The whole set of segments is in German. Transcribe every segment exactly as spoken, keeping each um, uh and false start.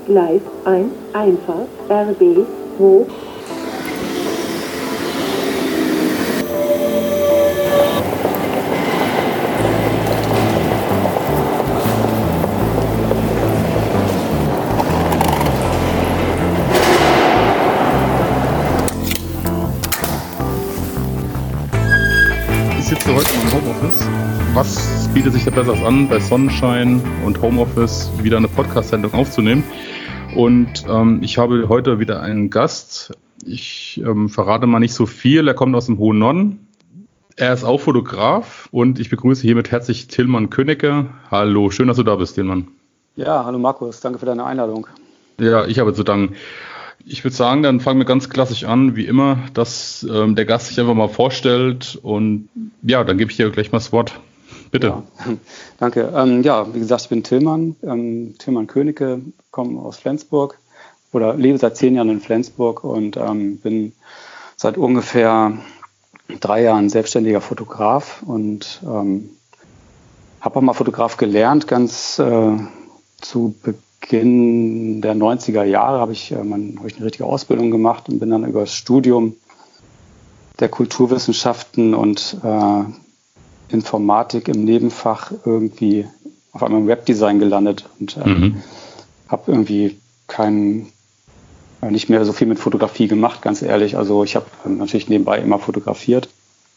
Gleis eins, Einfahrt, R B, hoch. Ich sitze heute im Homeoffice. Was bietet sich da besser an, bei Sonnenschein und Homeoffice wieder eine Podcast-Sendung aufzunehmen? Und ähm, ich habe heute wieder einen Gast. Ich ähm, verrate mal nicht so viel. Er kommt aus dem Hohen Norden. Er ist auch Fotograf und ich begrüße hiermit herzlich Tilman Könnecke. Hallo, schön, dass du da bist, Tilman. Ja, hallo Markus, danke für deine Einladung. Ja, ich habe zu danken. Ich würde sagen, dann fangen wir ganz klassisch an, wie immer, dass ähm, der Gast sich einfach mal vorstellt und ja, dann gebe ich dir gleich mal das Wort. Bitte. Ja, danke. Ähm, ja, wie gesagt, ich bin Tilman, ähm, Tilman Könnecke, komme aus Flensburg oder lebe seit zehn Jahren in Flensburg und ähm, bin seit ungefähr drei Jahren selbstständiger Fotograf und ähm, habe auch mal Fotograf gelernt, ganz äh, zu Beginn der neunziger Jahre habe ich, äh, man, habe ich eine richtige Ausbildung gemacht und bin dann über das Studium der Kulturwissenschaften und äh, Informatik im Nebenfach irgendwie auf einmal im Webdesign gelandet und ähm, mhm. habe irgendwie kein, äh, nicht mehr so viel mit Fotografie gemacht, ganz ehrlich. Also ich habe ähm, natürlich nebenbei immer fotografiert,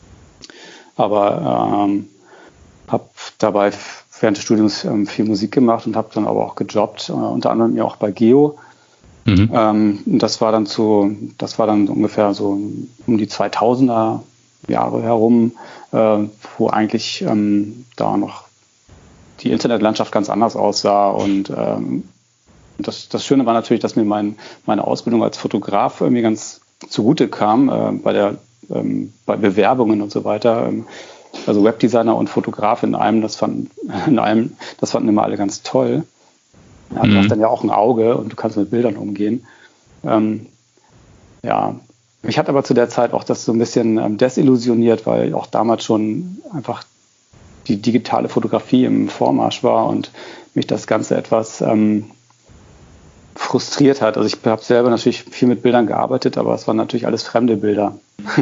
aber ähm, habe dabei während des Studiums ähm, viel Musik gemacht und habe dann aber auch gejobbt, äh, unter anderem ja auch bei Geo. Mhm. Ähm, das war dann zu, das war dann ungefähr so um die zweitausender Jahre herum, äh, wo eigentlich ähm, da noch die Internetlandschaft ganz anders aussah und ähm, das, das Schöne war natürlich, dass mir mein, meine Ausbildung als Fotograf irgendwie ganz zugute kam äh, bei der ähm, bei Bewerbungen und so weiter. Ähm, also Webdesigner und Fotograf in einem, das fanden in einem, das fanden immer alle ganz toll. Ja, du mhm. hast dann ja auch ein Auge und du kannst mit Bildern umgehen. Ähm, ja. Mich hat aber zu der Zeit auch das so ein bisschen ähm, desillusioniert, weil auch damals schon einfach die digitale Fotografie im Vormarsch war und mich das Ganze etwas ähm, frustriert hat. Also ich habe selber natürlich viel mit Bildern gearbeitet, aber es waren natürlich alles fremde Bilder.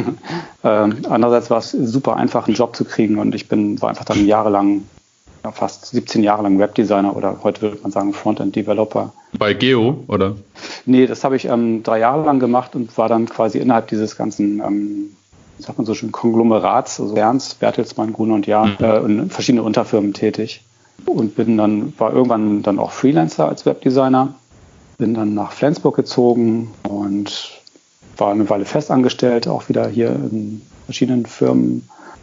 ähm, andererseits war es super einfach, einen Job zu kriegen und ich bin war einfach dann jahrelang, ja, fast siebzehn Jahre lang Webdesigner oder heute würde man sagen Frontend-Developer. Bei Geo, oder? Nee, das habe ich ähm, drei Jahre lang gemacht und war dann quasi innerhalb dieses ganzen, ähm, wie sagt man so schön, Konglomerats, also Ernst, Bertelsmann, Gruner und Jahr, mhm. äh, in verschiedenen Unterfirmen tätig. Und bin dann, war irgendwann dann auch Freelancer als Webdesigner, bin dann nach Flensburg gezogen und war eine Weile festangestellt, auch wieder hier in verschiedenen Firmen.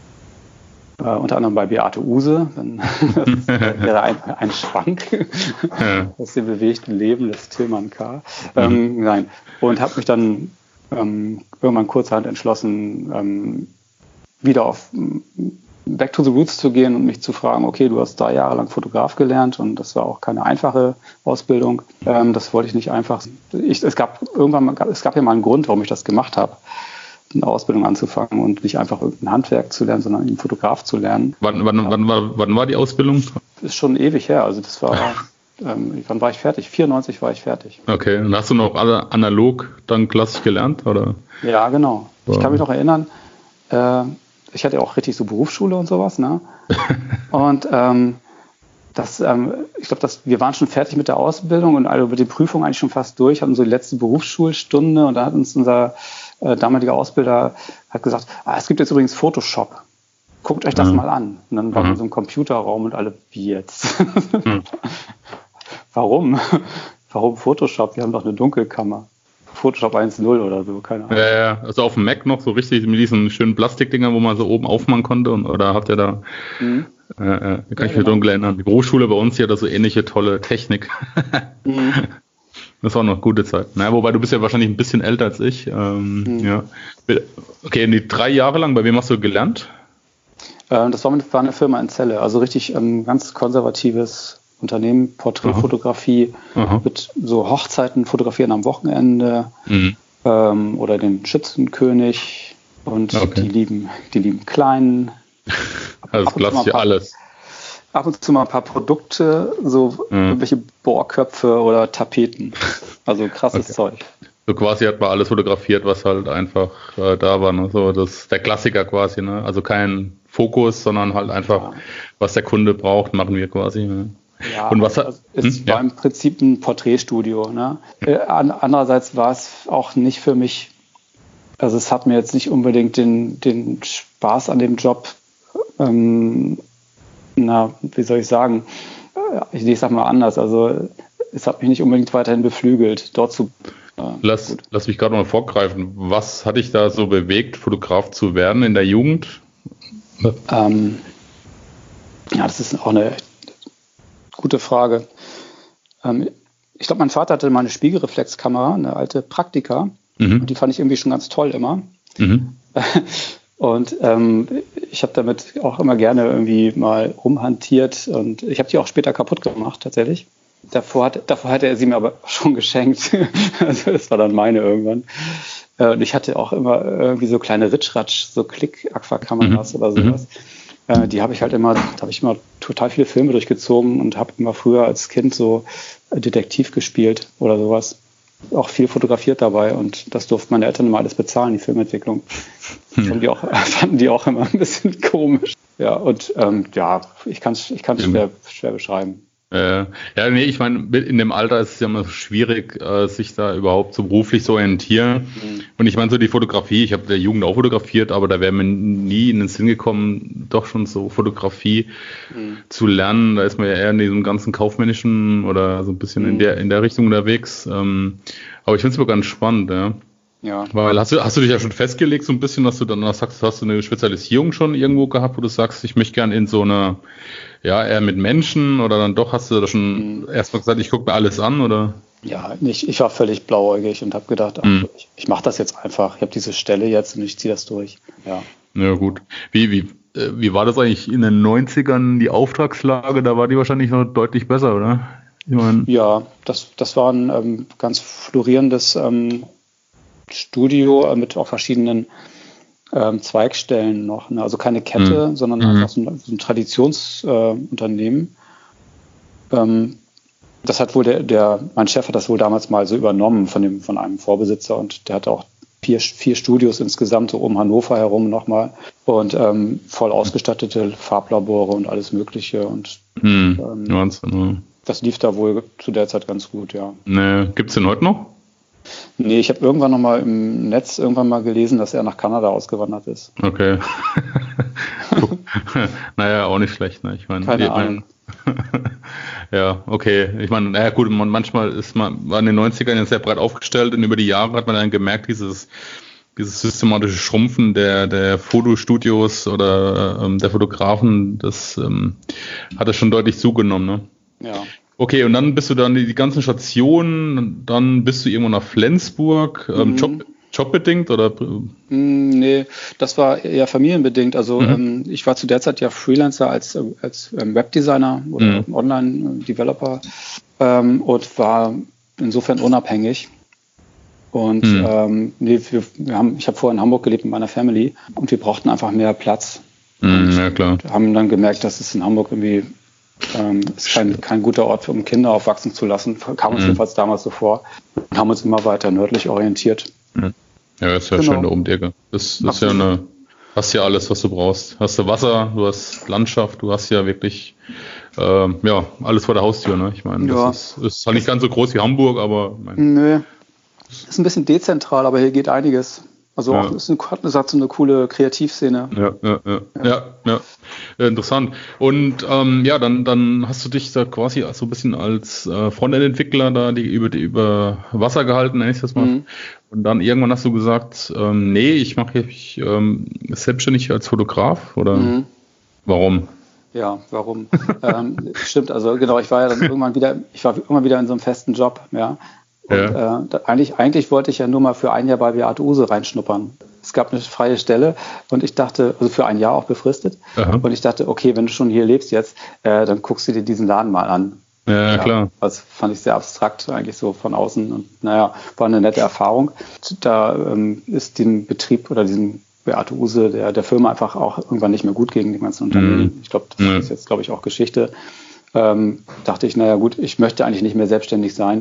Uh, unter anderem bei Beate Uhse, das wäre ein, ein Schwank ja. aus dem bewegten Leben des Tilman K. Mhm. Ähm, nein. Und habe mich dann ähm, irgendwann kurzerhand entschlossen, ähm, wieder auf Back to the Roots zu gehen und mich zu fragen, okay, du hast drei Jahre lang Fotograf gelernt und das war auch keine einfache Ausbildung. Ähm, das wollte ich nicht einfach. Ich, es gab irgendwann mal, es gab ja mal einen Grund, warum ich das gemacht habe, eine Ausbildung anzufangen und nicht einfach irgendein Handwerk zu lernen, sondern einen Fotograf zu lernen. Wann, wann, wann, war, wann war die Ausbildung? Das ist schon ewig her. Also das war, ähm, wann war ich fertig? vierundneunzig war ich fertig. Okay, und hast du noch alle analog dann klassisch gelernt, oder? Ja, genau. Wow. Ich kann mich noch erinnern, äh, ich hatte ja auch richtig so Berufsschule und sowas, ne? Und ähm, das, ähm, ich glaube, wir waren schon fertig mit der Ausbildung und also mit der Prüfung eigentlich schon fast durch, hatten so die letzte Berufsschulstunde und da hat uns unser äh, damaliger Ausbilder hat gesagt, ah, es gibt jetzt übrigens Photoshop. Guckt euch das mhm. mal an. Und dann waren wir mhm. so im Computerraum und alle, wie jetzt? mhm. Warum? Warum Photoshop? Wir haben doch eine Dunkelkammer. Photoshop eins Punkt null oder so, keine Ahnung. Ja, ja, also auf dem Mac noch so richtig mit diesen schönen Plastikdingern, wo man so oben aufmachen konnte und, oder habt ihr da, mhm. äh, äh, kann ja, ich mich genau. dunkel erinnern. Die Berufsschule bei uns hier hat da so ähnliche tolle Technik. mhm. Das war noch gute Zeit. Na, wobei du bist ja wahrscheinlich ein bisschen älter als ich. Ähm, mhm. ja. Okay, die drei Jahre lang, bei wem hast du gelernt? Äh, das war, mit, war eine Firma in Celle, also richtig ähm, ganz konservatives Unternehmen, Porträtfotografie, Aha. mit so Hochzeiten fotografieren am Wochenende mhm. ähm, oder den Schützenkönig und okay. die lieben, die lieben Kleinen. Also klassisch alles. ab und zu mal ein paar Produkte, so mhm. irgendwelche Bohrköpfe oder Tapeten. Also krasses okay. Zeug. So quasi hat man alles fotografiert, was halt einfach äh, da war. Ne? So, das ist der Klassiker quasi. Ne? Also kein Fokus, sondern halt einfach, ja. was der Kunde braucht, machen wir quasi. Ne? Ja, und was also es hm? war ja. im Prinzip ein Porträtstudio. Ne? Äh, andererseits war es auch nicht für mich, also es hat mir jetzt nicht unbedingt den, den Spaß an dem Job, ähm, na, wie soll ich sagen, ich, ich sag mal anders, also es hat mich nicht unbedingt weiterhin beflügelt, dort zu Lass, lass mich gerade mal vorgreifen. Was hat dich da so bewegt, Fotograf zu werden in der Jugend? Ähm, ja, das ist auch eine gute Frage. Ähm, ich glaube, mein Vater hatte mal eine Spiegelreflexkamera, eine alte Praktika. Mhm. Und die fand ich irgendwie schon ganz toll immer. Mhm. Und ähm, ich habe damit auch immer gerne irgendwie mal rumhantiert. Und ich habe die auch später kaputt gemacht, tatsächlich. Davor, hat, davor hatte er sie mir aber schon geschenkt. Also das war dann meine irgendwann. Und ich hatte auch immer irgendwie so kleine Ritschratsch, so Klick-Aquakameras mhm. oder sowas. Mhm. Die habe ich halt immer, da habe ich immer total viele Filme durchgezogen und habe immer früher als Kind so Detektiv gespielt oder sowas. Auch viel fotografiert dabei und das durften meine Eltern immer alles bezahlen, die Filmentwicklung. Das fanden die auch, fanden die auch immer ein bisschen komisch. Ja, und ähm, ja, ich kann es ich kann's schwer, schwer beschreiben. Äh, ja, nee, ich meine, in dem Alter ist es ja immer schwierig, äh, sich da überhaupt so beruflich zu orientieren. Mhm. Und ich meine, so die Fotografie, ich habe der Jugend auch fotografiert, aber da wäre mir nie in den Sinn gekommen, doch schon so Fotografie mhm. zu lernen. Da ist man ja eher in diesem ganzen kaufmännischen oder so ein bisschen mhm. in der in der Richtung unterwegs. Ähm, aber ich finde es immer ganz spannend, ja. Ja. Weil hast du, hast du dich ja schon festgelegt, so ein bisschen, dass du dann sagst, hast du eine Spezialisierung schon irgendwo gehabt, wo du sagst, ich möchte gerne in so eine, ja, eher mit Menschen oder dann doch hast du da schon mhm. erstmal gesagt, ich gucke mir alles an, oder? Ja, ich, ich war völlig blauäugig und habe gedacht, ach, mhm. ich, ich mache das jetzt einfach. Ich habe diese Stelle jetzt und ich ziehe das durch. Ja. Ja, gut. Wie, wie, äh, wie war das eigentlich in den neunzigern, die Auftragslage? Da war die wahrscheinlich noch deutlich besser, oder? Ich mein, ja, das, das war ein ähm, ganz florierendes ähm, Studio äh, mit auch verschiedenen ähm, Zweigstellen noch. Ne? Also keine Kette, mhm. sondern mhm. einfach so ein, so ein Traditionsunternehmen. Äh, ähm, das hat wohl der, der, mein Chef hat das wohl damals mal so übernommen von dem, von einem Vorbesitzer und der hatte auch vier, vier Studios insgesamt so um Hannover herum nochmal und ähm, voll ausgestattete Farblabore und alles Mögliche und mhm. ähm, Wahnsinn, das lief da wohl zu der Zeit ganz gut, ja. Ne, gibt's den heute noch? Nee, ich habe irgendwann noch mal im Netz irgendwann mal gelesen, dass er nach Kanada ausgewandert ist. Okay. Naja, auch nicht schlecht, ne? Ich meine, Keine Ahnung. Ja, okay. Ich meine, naja gut, man, manchmal ist man, war in den neunzigern ja sehr breit aufgestellt und über die Jahre hat man dann gemerkt, dieses, dieses systematische Schrumpfen der, der Fotostudios oder ähm, der Fotografen, das ähm, hat das schon deutlich zugenommen, ne? Ja. Okay, und dann bist du dann die, die ganzen Stationen, dann bist du irgendwo nach Flensburg, ähm, mhm. Job, jobbedingt oder? Nee, das war eher familienbedingt. Also mhm. ähm, ich war zu der Zeit ja Freelancer als, als ähm, Webdesigner oder mhm. Online-Developer ähm, und war insofern unabhängig. Und mhm. ähm, nee, wir, wir haben, ich habe vorher in Hamburg gelebt mit meiner Family und wir brauchten einfach mehr Platz. Mhm, ja, klar. Wir haben dann gemerkt, dass es in Hamburg irgendwie Ähm, ist kein, kein guter Ort, um Kinder aufwachsen zu lassen. Kam uns mhm. jedenfalls damals so vor. Und haben uns immer weiter nördlich orientiert. Mhm. Ja, ist ja genau. Schön da um die Ecke. Das, das ist ja eine, hast ja alles, was du brauchst. Hast du Wasser, du hast Landschaft, du hast ja wirklich ähm, ja, alles vor der Haustür. Ne? Ich meine, ja. das ist, ist halt nicht ganz so groß wie Hamburg, aber mein, Nö. Ist ein bisschen dezentral, aber hier geht einiges. Also ja. auch ist eine, hat so eine coole Kreativszene. Ja, ja, ja, ja, ja. ja interessant. Und ähm, ja, dann, dann hast du dich da quasi so ein bisschen als äh, Frontend-Entwickler da die über, die über Wasser gehalten, nenne ich das mal. Mhm. Und dann irgendwann hast du gesagt, ähm, nee, ich mache mich ähm, selbstständig als Fotograf, oder mhm. warum? Ja, warum? ähm, stimmt, also genau, ich war ja dann irgendwann wieder, ich war irgendwann wieder in so einem festen Job, ja. Und ja. äh, da, eigentlich, eigentlich wollte ich ja nur mal für ein Jahr bei Beate Uhse reinschnuppern. Es gab eine freie Stelle und ich dachte, also für ein Jahr auch befristet. Aha. Und ich dachte, okay, wenn du schon hier lebst jetzt, äh, dann guckst du dir diesen Laden mal an. Ja, ja, klar. Das fand ich sehr abstrakt eigentlich so von außen und naja, war eine nette Erfahrung. Da ähm, ist dem Betrieb oder diesem Beate Uhse, der, der Firma einfach auch irgendwann nicht mehr gut gegen die ganzen Unternehmen. Mhm. Ich glaube, das ja. ist jetzt, glaube ich, auch Geschichte. Ähm, dachte ich, naja gut, ich möchte eigentlich nicht mehr selbstständig sein.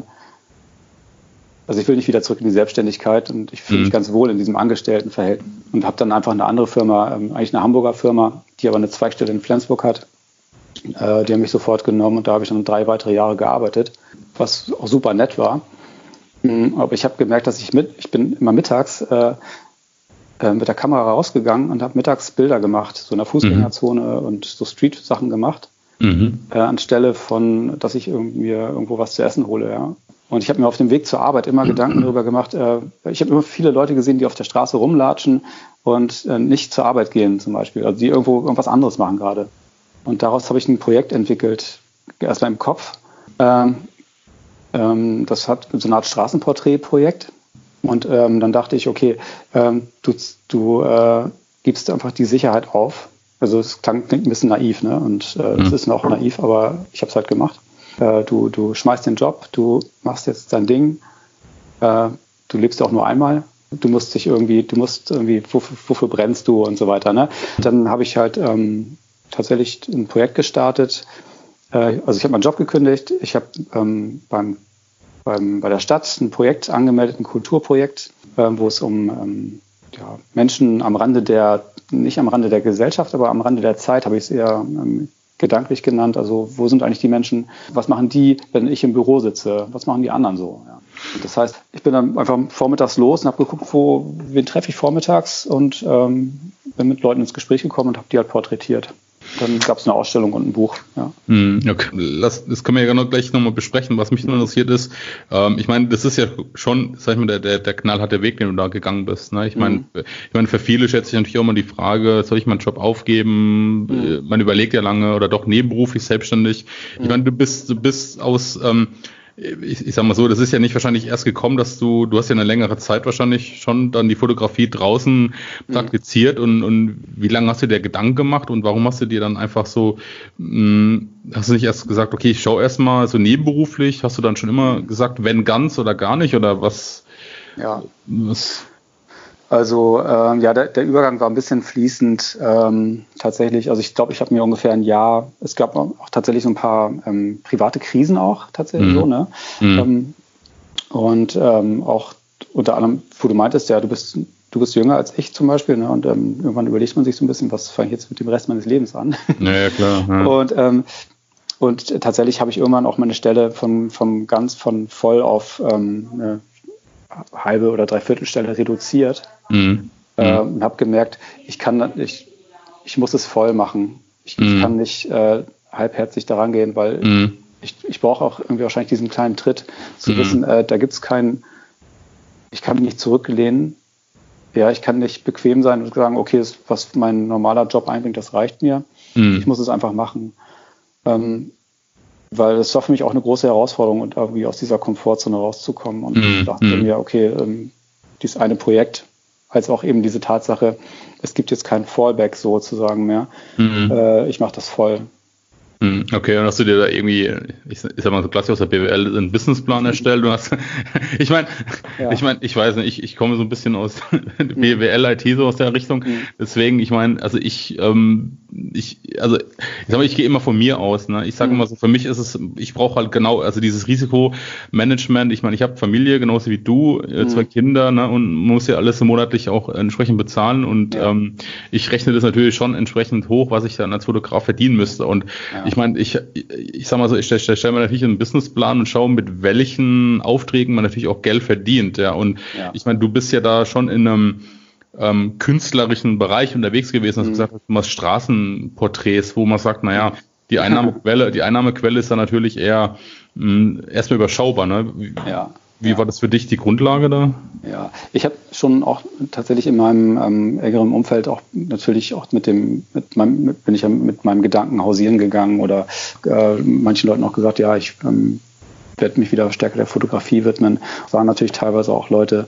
Also ich will nicht wieder zurück in die Selbstständigkeit und ich fühle mhm. mich ganz wohl in diesem Angestelltenverhältnis und habe dann einfach eine andere Firma, ähm, eigentlich eine Hamburger Firma, die aber eine Zweigstelle in Flensburg hat. Äh, die haben mich sofort genommen und da habe ich dann drei weitere Jahre gearbeitet, was auch super nett war. Mhm, aber ich habe gemerkt, dass ich mit, ich bin immer mittags äh, äh, mit der Kamera rausgegangen und habe mittags Bilder gemacht, so in der Fußgängerzone mhm. und so Street-Sachen gemacht, mhm. äh, anstelle von, dass ich irgendwie mir irgendwo was zu essen hole, ja. Und ich habe mir auf dem Weg zur Arbeit immer Gedanken darüber gemacht. Äh, ich habe immer viele Leute gesehen, die auf der Straße rumlatschen und äh, nicht zur Arbeit gehen zum Beispiel. Also die irgendwo irgendwas anderes machen gerade. Und daraus habe ich ein Projekt entwickelt, erstmal im Kopf. Ähm, ähm, das hat so eine Art Straßenporträt-Projekt. Und ähm, dann dachte ich, okay, ähm, du, du äh, gibst einfach die Sicherheit auf. Also es klingt ein bisschen naiv, ne? Und äh, es ist auch naiv, aber ich habe es halt gemacht. Du, du schmeißt den Job, du machst jetzt dein Ding, äh, du lebst auch nur einmal, du musst dich irgendwie, du musst irgendwie, wofür, wofür brennst du und so weiter. Ne? Dann habe ich halt ähm, tatsächlich ein Projekt gestartet. Äh, also ich habe meinen Job gekündigt, ich habe ähm, beim, beim, bei der Stadt ein Projekt angemeldet, ein Kulturprojekt, äh, wo es um ähm, ja, Menschen am Rande der, nicht am Rande der Gesellschaft, aber am Rande der Zeit, habe ich es eher ähm, gedanklich genannt, also wo sind eigentlich die Menschen, was machen die, wenn ich im Büro sitze, was machen die anderen so. Ja. Das heißt, ich bin dann einfach vormittags los und habe geguckt, wo, wen treffe ich vormittags und ähm, bin mit Leuten ins Gespräch gekommen und habe die halt porträtiert. Dann gab es eine Ausstellung und ein Buch. Ja. Okay, Lass, das können wir ja noch gleich nochmal besprechen. Was mich nur interessiert ist, ähm, ich meine, das ist ja schon, sag ich mal, der, der, der knallharte Weg, den du da gegangen bist. Ne? Ich meine, mhm. ich meine, für viele schätze ich natürlich auch mal die Frage, soll ich meinen Job aufgeben? Mhm. Man überlegt ja lange oder doch nebenberuflich selbstständig. Mhm. Ich meine, du bist, du bist aus ähm, Ich, ich sag mal so, das ist ja nicht wahrscheinlich erst gekommen, dass du, du hast ja eine längere Zeit wahrscheinlich schon dann die Fotografie draußen praktiziert mhm. und, und wie lange hast du dir Gedanken gemacht und warum hast du dir dann einfach so, mh, hast du nicht erst gesagt, okay, ich schaue erstmal so nebenberuflich, hast du dann schon immer gesagt, wenn ganz oder gar nicht oder was? Ja. Was? Also ähm, ja, der, der Übergang war ein bisschen fließend ähm, tatsächlich. Also ich glaube, ich habe mir ungefähr ein Jahr, es gab auch tatsächlich so ein paar ähm, private Krisen auch tatsächlich mhm. so, ne? Mhm. Ähm, und ähm, auch unter anderem, wo du meintest, ja, du bist du bist jünger als ich zum Beispiel, ne? Und ähm, irgendwann überlegt man sich so ein bisschen, was fange ich jetzt mit dem Rest meines Lebens an? Ja, ja klar. Ja. Und ähm, und tatsächlich habe ich irgendwann auch meine Stelle vom vom ganz von voll auf ähm, eine halbe oder dreiviertel Stelle reduziert. Mhm. Äh, und habe gemerkt, ich kann ich, ich muss es voll machen. Ich, mhm. ich kann nicht äh, halbherzig daran gehen, weil mhm. ich, ich brauche auch irgendwie wahrscheinlich diesen kleinen Tritt, zu mhm. wissen, äh, da gibt es keinen, ich kann mich nicht zurücklehnen, ja, ich kann nicht bequem sein und sagen, okay, das, was mein normaler Job einbringt, das reicht mir. Mhm. Ich muss es einfach machen. Ähm, weil es war für mich auch eine große Herausforderung, und irgendwie aus dieser Komfortzone rauszukommen. Und mm, ich dachte mm. mir, okay, ähm, dieses eine Projekt, als auch eben diese Tatsache, es gibt jetzt kein Fallback sozusagen mehr. Mm. Äh, ich mache das voll. Okay, und hast du dir da irgendwie, ich, ich sag mal so klassisch aus der B W L, einen Businessplan erstellt? Du hast, ich meine, ja. ich meine, ich weiß nicht, ich, ich komme so ein bisschen aus B W L, I T so aus der Richtung. Mhm. Deswegen, ich meine, also ich, ähm, ich, also ich sag mal, ich gehe immer von mir aus. Ne? Ich sage mhm. immer so, für mich ist es, ich brauche halt genau, also dieses Risikomanagement. Ich meine, ich habe Familie, genauso wie du, mhm. zwei Kinder, ne, und muss ja alles monatlich auch entsprechend bezahlen. Und ja. ähm, ich rechne das natürlich schon entsprechend hoch, was ich dann als Fotograf verdienen müsste. Und ja. ich meine, ich, ich sag mal so, ich stelle stell mir natürlich einen Businessplan und schaue, mit welchen Aufträgen man natürlich auch Geld verdient. Ja, und ja. ich meine, du bist ja da schon in einem ähm, künstlerischen Bereich unterwegs gewesen, hast mhm. gesagt, du machst Straßenporträts, wo man sagt, naja, die Einnahmequelle, die Einnahmequelle ist dann natürlich eher mh, erstmal überschaubar. Ne? Wie, ja. wie ja. war das für dich die Grundlage da? Ja, ich habe schon auch tatsächlich in meinem ähm, engeren Umfeld auch natürlich auch mit dem, mit meinem, mit, bin ich ja mit meinem Gedanken hausieren gegangen oder äh, manchen Leuten auch gesagt, ja, ich ähm, werde mich wieder stärker der Fotografie widmen. Es waren natürlich teilweise auch Leute,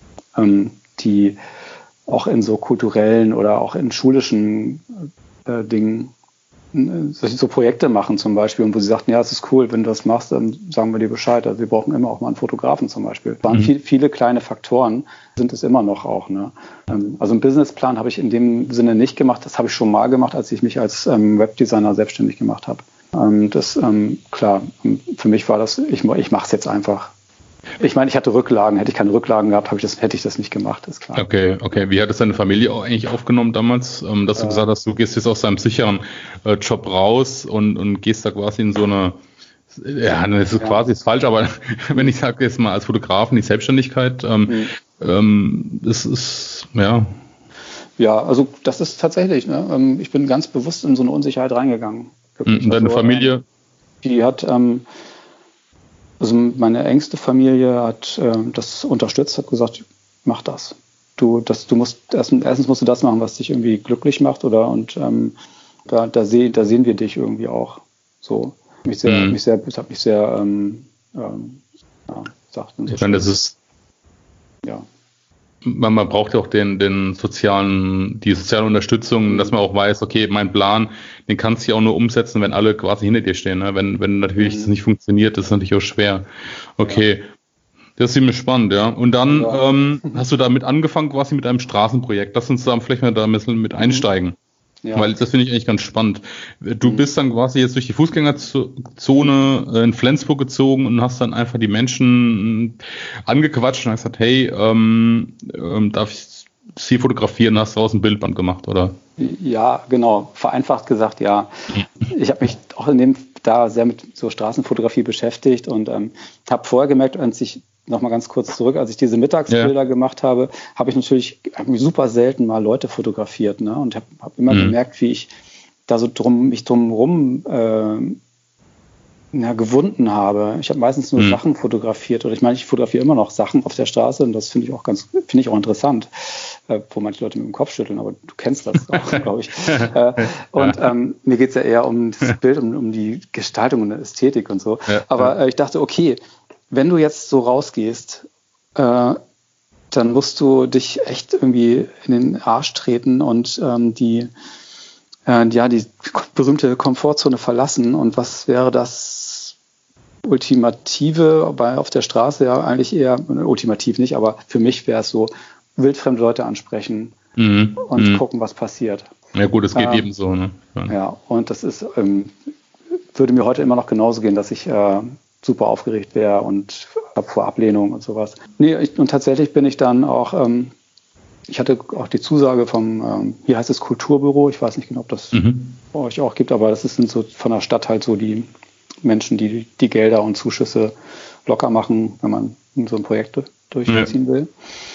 ähm, die auch in so kulturellen oder auch in schulischen äh, Dingen solche so Projekte machen zum Beispiel und wo sie sagten, ja, es ist cool, wenn du das machst, dann sagen wir dir Bescheid. Also wir brauchen immer auch mal einen Fotografen zum Beispiel. Es waren mhm. viel, viele kleine Faktoren, sind es immer noch auch. Ne? Also einen Businessplan habe ich in dem Sinne nicht gemacht. Das habe ich schon mal gemacht, als ich mich als ähm, Webdesigner selbstständig gemacht habe. Ähm, das, ähm, klar, für mich war das, ich, ich mache es jetzt einfach. Ich meine, ich hatte Rücklagen. Hätte ich keine Rücklagen gehabt, habe ich das, hätte ich das nicht gemacht, ist klar. Okay, okay. Wie hat es deine Familie auch eigentlich aufgenommen damals, ähm, dass du äh, gesagt hast, du gehst jetzt aus deinem sicheren äh, Job raus und, und gehst da quasi in so eine, ja, das ist ja. quasi ist falsch, aber wenn ich sage jetzt mal als Fotografen die Selbstständigkeit, ähm, mhm. ähm, das ist, ja. Ja, also das ist tatsächlich, ne? Ich bin ganz bewusst in so eine Unsicherheit reingegangen. Und deine also, Familie? Die hat, ähm, Also meine engste Familie hat äh, das unterstützt, hat gesagt, mach das. Du, das, du musst erstens, erstens musst du das machen, was dich irgendwie glücklich macht, oder und ähm, da, da, seh, da sehen wir dich irgendwie auch. So, mich sehr, mhm. mich sehr, das hat mich sehr ähm, ähm, ja, sagt. So ich meine, das ist ja. Man, man braucht ja auch den, den sozialen, die soziale Unterstützung, dass man auch weiß, okay, mein Plan, den kannst du ja auch nur umsetzen, wenn alle quasi hinter dir stehen. Ne? Wenn, wenn natürlich mhm. das nicht funktioniert, ist es natürlich auch schwer. Okay, ja. Das ist ziemlich spannend, ja. Und dann ja. Ähm, hast du damit angefangen, quasi mit einem Straßenprojekt. Lass uns da vielleicht mal da ein bisschen mit einsteigen. Ja. Weil das finde ich eigentlich ganz spannend. Du mhm. bist dann quasi jetzt durch die Fußgängerzone in Flensburg gezogen und hast dann einfach die Menschen angequatscht und hast gesagt, hey, ähm, ähm, darf ich Sie fotografieren? Hast du daraus ein Bildband gemacht, oder? Ja, genau. Vereinfacht gesagt, ja. Ich habe mich auch in dem da sehr mit so Straßenfotografie beschäftigt und ähm, habe vorher gemerkt, als ich nochmal ganz kurz zurück, als ich diese Mittagsbilder ja. gemacht habe, habe ich natürlich hab mich super selten mal Leute fotografiert, ne? Und habe hab immer mhm. gemerkt, wie ich da so drum, mich drumherum äh, ja, gewunden habe. Ich habe meistens nur mhm. Sachen fotografiert, oder ich meine, ich fotografiere immer noch Sachen auf der Straße und das finde ich auch ganz, finde ich auch interessant, äh, wo manche Leute mit dem Kopf schütteln, aber du kennst das auch, glaube ich. Äh, und ähm, mir geht es ja eher um das Bild, um, um die Gestaltung und die Ästhetik und so. Ja, aber äh, ich dachte, okay, wenn du jetzt so rausgehst, äh, dann musst du dich echt irgendwie in den Arsch treten und ähm, die, äh, ja, die berühmte Komfortzone verlassen. Und was wäre das Ultimative bei auf der Straße? Ja, eigentlich eher, ultimativ nicht, aber für mich wäre es so, wildfremde Leute ansprechen mhm. und mhm. gucken, was passiert. Ja gut, es geht ähm, jedem so. Ne? Ja. ja, und das ist, ähm, würde mir heute immer noch genauso gehen, dass ich äh, super aufgeregt wäre und vor Ablehnung und sowas. Nee, ich, und tatsächlich bin ich dann auch, ähm, ich hatte auch die Zusage vom, ähm, hier heißt es Kulturbüro, ich weiß nicht genau, ob das mhm. bei euch auch gibt, aber das sind so von der Stadt halt so die Menschen, die die Gelder und Zuschüsse locker machen, wenn man so ein Projekt durchziehen ja. will.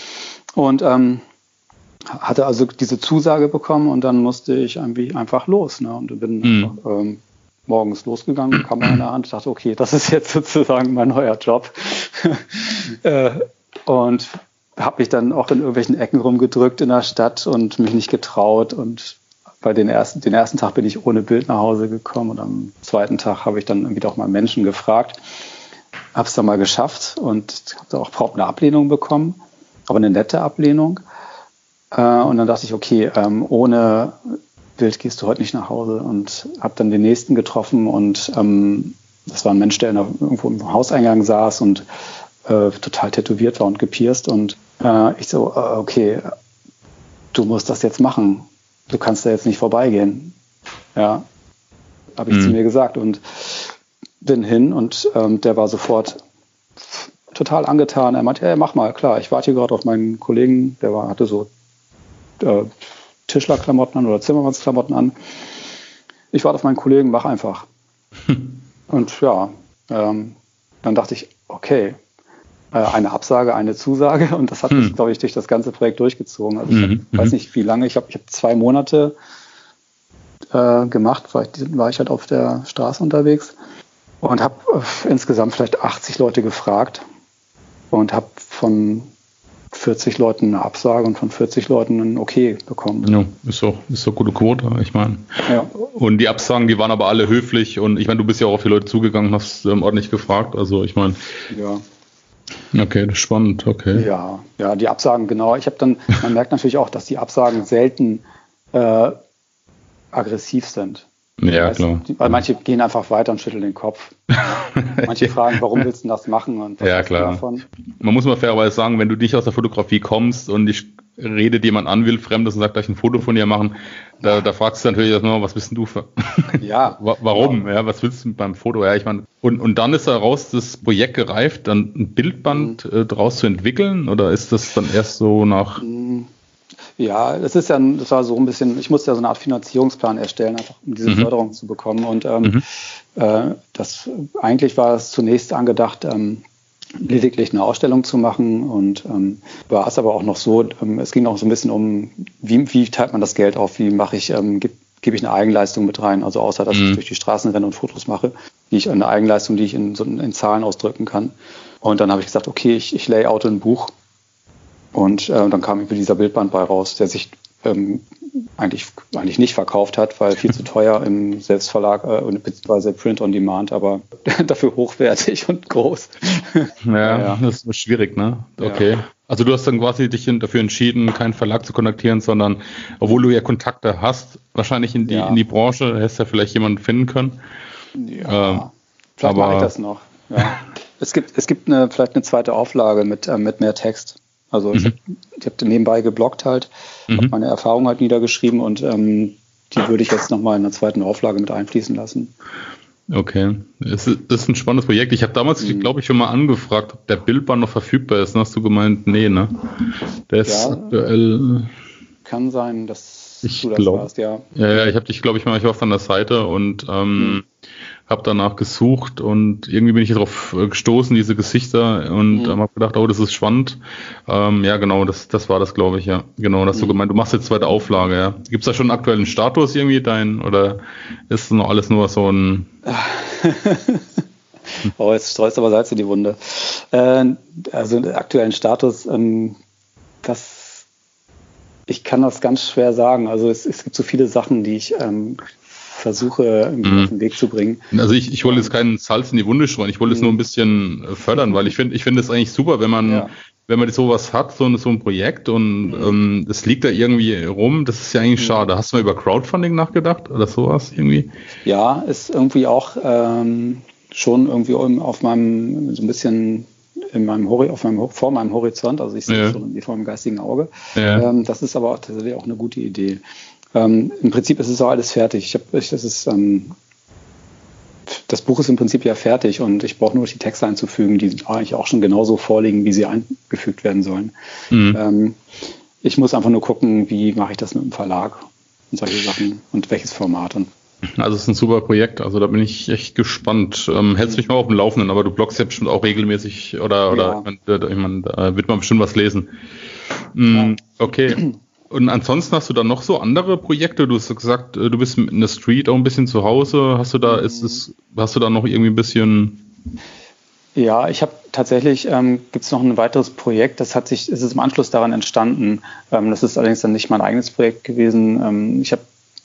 Und ähm, hatte also diese Zusage bekommen und dann musste ich irgendwie einfach los. Ne? Und bin mhm. einfach, ähm, morgens losgegangen, Kamera in der Hand, dachte, okay, das ist jetzt sozusagen mein neuer Job. äh, und habe mich dann auch in irgendwelchen Ecken rumgedrückt in der Stadt und mich nicht getraut. Und bei den ersten, den ersten Tag bin ich ohne Bild nach Hause gekommen und am zweiten Tag habe ich dann irgendwie doch mal Menschen gefragt. Habe es dann mal geschafft und habe auch überhaupt eine Ablehnung bekommen, aber eine nette Ablehnung. Äh, und dann dachte ich, okay, ähm, ohne Bild gehst du heute nicht nach Hause, und habe dann den nächsten getroffen und ähm, das war ein Mensch, der in der, irgendwo im Hauseingang saß und äh, total tätowiert war und gepierst und äh, ich so, äh, okay, du musst das jetzt machen, du kannst da jetzt nicht vorbeigehen. Ja, habe ich mhm. zu mir gesagt und bin hin und ähm, der war sofort total angetan. Er meinte, hey, mach mal, klar, ich warte hier gerade auf meinen Kollegen, der war, hatte so äh, Tischlerklamotten an oder Zimmermannsklamotten an. Ich warte auf meinen Kollegen, mach einfach. Und ja, ähm, dann dachte ich, okay, äh, eine Absage, eine Zusage, und das hat hm. mich, glaube ich, durch das ganze Projekt durchgezogen. Also ich hab, mhm. weiß nicht, wie lange, ich habe ich hab zwei Monate äh, gemacht, war ich, war ich halt auf der Straße unterwegs und habe äh, insgesamt vielleicht achtzig Leute gefragt und habe von vierzig Leuten eine Absage und von vierzig Leuten ein Okay bekommen. Ja, ist doch, ist doch gute Quote, ich meine. Ja. Und die Absagen, die waren aber alle höflich und ich meine, du bist ja auch auf die Leute zugegangen, hast ähm, ordentlich gefragt, also ich meine. Ja. Okay, das ist spannend, okay. Ja, ja, die Absagen, genau. Ich habe dann, man merkt natürlich auch, dass die Absagen selten äh, aggressiv sind. Ja, weißt, klar. Die, weil manche gehen einfach weiter und schütteln den Kopf. Manche fragen, warum willst du das machen? Und was ja, klar. Davon? Man muss mal fairerweise sagen, wenn du nicht aus der Fotografie kommst und dich redet jemand an, will Fremdes und sagt, gleich ein Foto von dir machen, da, da fragst du natürlich erstmal, was bist denn du für? Ja. Warum? Ja. ja, was willst du beim Foto? Ja, ich meine, und, und dann ist daraus das Projekt gereift, dann ein Bildband mhm. äh, daraus zu entwickeln, oder ist das dann erst so nach... Ja, das ist ja, das war so ein bisschen, ich musste ja so eine Art Finanzierungsplan erstellen, einfach um diese mhm. Förderung zu bekommen. Und ähm, mhm. äh, das eigentlich war es zunächst angedacht, ähm, lediglich eine Ausstellung zu machen. Und ähm, war es aber auch noch so, ähm, es ging auch so ein bisschen um, wie, wie teilt man das Geld auf, wie mache ich, ähm, gebe geb ich eine Eigenleistung mit rein, also außer dass mhm. ich durch die Straßen renne und Fotos mache, die ich eine Eigenleistung, die ich in, so in Zahlen ausdrücken kann. Und dann habe ich gesagt, okay, ich, ich layoute ein Buch. Und äh, dann kam über dieser Bildband bei raus, der sich ähm, eigentlich, eigentlich nicht verkauft hat, weil viel zu teuer im Selbstverlag äh, beziehungsweise Print on Demand, aber dafür hochwertig und groß. Ja, ja. Das ist schwierig, ne? Okay. Ja. Also du hast dann quasi dich dafür entschieden, keinen Verlag zu kontaktieren, sondern, obwohl du ja Kontakte hast, wahrscheinlich in die, ja. in die Branche, hättest du ja vielleicht jemanden finden können. Ja, ähm, vielleicht mache ich das noch. Ja. Es gibt, es gibt eine, vielleicht eine zweite Auflage mit, äh, mit mehr Text. Also ich mhm. habe hab nebenbei gebloggt halt, mhm. habe meine Erfahrungen halt niedergeschrieben und ähm, die würde ich jetzt nochmal in der zweiten Auflage mit einfließen lassen. Okay, das ist, das ist ein spannendes Projekt. Ich habe damals, mhm. glaube ich, schon mal angefragt, ob der Bildband noch verfügbar ist. Dann hast du gemeint, nee, ne? Der ist ja, aktuell... Kann sein, dass ich du das glaub, warst, ja. Ja, ja, ich habe dich, glaube ich, mal, ich war auf deiner Seite und ähm, mhm. habe danach gesucht und irgendwie bin ich darauf gestoßen, diese Gesichter, und mhm. ähm, habe gedacht, oh, das ist spannend. Ähm, ja, genau, das, das war das, glaube ich, ja. Genau, das hast mhm. du gemeint, du machst jetzt zweite Auflage, ja. Gibt es da schon einen aktuellen Status irgendwie, dein, oder ist es noch alles nur so ein... Oh, jetzt streust aber Salz in die Wunde. Äh, also den aktuellen Status, ähm, das ich kann das ganz schwer sagen. Also es, es gibt so viele Sachen, die ich ähm, versuche irgendwie mhm. auf den Weg zu bringen. Also ich, ich wollte jetzt keinen Salz in die Wunde streuen, ich wollte es mhm. nur ein bisschen fördern, weil ich finde ich finde es eigentlich super, wenn man ja. wenn man sowas hat, so, so ein Projekt und ähm, es liegt da irgendwie rum, das ist ja eigentlich mhm. schade. Hast du mal über Crowdfunding nachgedacht oder sowas irgendwie? Ja, ist irgendwie auch ähm, schon irgendwie auf meinem, so ein bisschen in meinem auf meinem, vor meinem Horizont, also ich sehe es ja. schon vor meinem geistigen Auge. Ja. Ähm, das ist aber auch tatsächlich auch eine gute Idee. Ähm, Im Prinzip ist es auch alles fertig. Ich hab, ich, das, ist, ähm, das Buch ist im Prinzip ja fertig und ich brauche nur die Texte einzufügen, die eigentlich auch schon genauso vorliegen, wie sie eingefügt werden sollen. Mhm. Ähm, ich muss einfach nur gucken, wie mache ich das mit dem Verlag und solche Sachen und welches Format. Und also es ist ein super Projekt, also da bin ich echt gespannt. Ähm, hältst mich mal auf dem Laufenden, aber du bloggst ja bestimmt auch regelmäßig oder, oder ja. ich meine, da wird man bestimmt was lesen. Mhm, okay. Und ansonsten hast du da noch so andere Projekte? Du hast gesagt, du bist in der Street auch ein bisschen zu Hause. Hast du da, ist es, hast du da noch irgendwie ein bisschen? Ja, ich habe tatsächlich, ähm, gibt es noch ein weiteres Projekt, das hat sich, ist es im Anschluss daran entstanden. Ähm, das ist allerdings dann nicht mein eigenes Projekt gewesen. Ähm, ich habe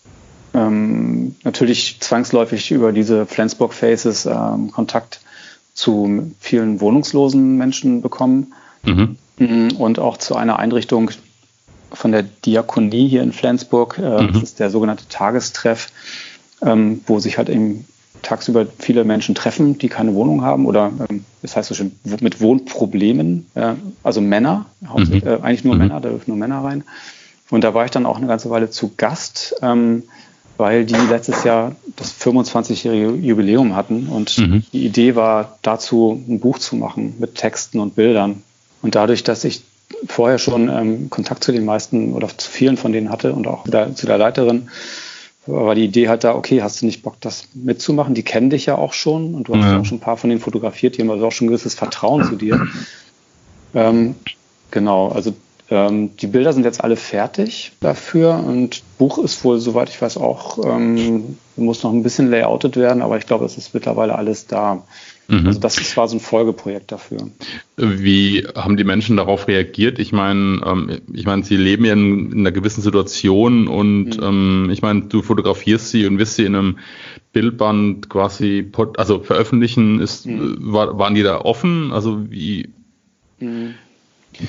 ähm, natürlich zwangsläufig über diese Flensburg Faces ähm, Kontakt zu vielen wohnungslosen Menschen bekommen mhm. und auch zu einer Einrichtung von der Diakonie hier in Flensburg. Äh, mhm. Das ist der sogenannte Tagestreff, ähm, wo sich halt eben tagsüber viele Menschen treffen, die keine Wohnung haben oder ähm, das heißt so schön mit Wohnproblemen, äh, also Männer, mhm. äh, eigentlich nur mhm. Männer, da dürfen nur Männer rein. Und da war ich dann auch eine ganze Weile zu Gast, ähm, weil die letztes Jahr das fünfundzwanzigjährige Jubiläum hatten und mhm. die Idee war, dazu ein Buch zu machen mit Texten und Bildern. Und dadurch, dass ich vorher schon ähm, Kontakt zu den meisten oder zu vielen von denen hatte und auch da, zu der Leiterin, war die Idee halt da, okay, hast du nicht Bock, das mitzumachen? Die kennen dich ja auch schon und du hast ja auch schon ein paar von denen fotografiert, die haben also auch schon ein gewisses Vertrauen zu dir. Ähm, genau, also ähm, die Bilder sind jetzt alle fertig dafür und Buch ist wohl, soweit ich weiß, auch, ähm, muss noch ein bisschen layoutet werden, aber ich glaube, es ist mittlerweile alles da. Mhm. Also das ist, war so ein Folgeprojekt dafür. Wie haben die Menschen darauf reagiert? Ich meine, ähm, ich meine, sie leben ja in, in einer gewissen Situation und mhm. ähm, ich meine, du fotografierst sie und wirst sie in einem Bildband quasi, also veröffentlichen, ist, mhm. war, waren die da offen? Also wie? Mhm.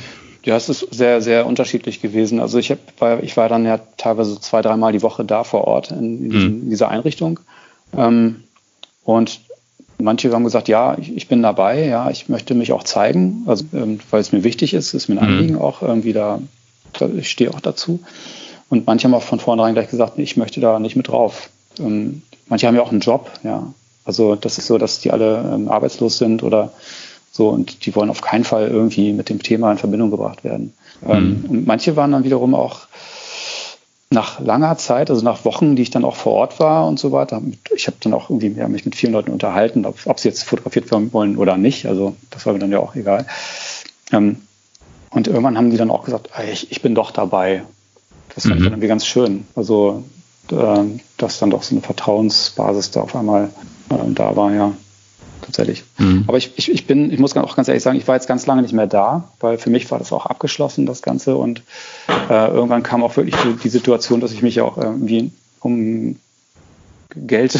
Ja, es ist sehr, sehr unterschiedlich gewesen. Also ich, hab, war, ich war dann ja teilweise zwei, dreimal die Woche da vor Ort in, in, diesem, in dieser Einrichtung. Ähm, und manche haben gesagt, ja, ich, ich bin dabei, ja, ich möchte mich auch zeigen, also, ähm, weil es mir wichtig ist, ist mir ein Anliegen auch irgendwie da, da, ich stehe auch dazu. Und manche haben auch von vornherein gleich gesagt, nee, ich möchte da nicht mit drauf. Ähm, manche haben ja auch einen Job, ja. Also das ist so, dass die alle ähm, arbeitslos sind oder so, und die wollen auf keinen Fall irgendwie mit dem Thema in Verbindung gebracht werden. Mhm. Ähm, und manche waren dann wiederum auch nach langer Zeit, also nach Wochen, die ich dann auch vor Ort war und so weiter. Ich habe dann auch irgendwie ja, mich mit vielen Leuten unterhalten, ob, ob sie jetzt fotografiert werden wollen oder nicht. Also das war mir dann ja auch egal. Ähm, und irgendwann haben die dann auch gesagt, ich, ich bin doch dabei. Das fand mhm. ich dann irgendwie ganz schön. Also äh, dass dann doch so eine Vertrauensbasis da auf einmal äh, da war, ja. Tatsächlich. Mhm. Aber ich, ich, ich bin, ich muss auch ganz ehrlich sagen, ich war jetzt ganz lange nicht mehr da, weil für mich war das auch abgeschlossen, das Ganze. Und äh, irgendwann kam auch wirklich die, die Situation, dass ich mich auch irgendwie um Geld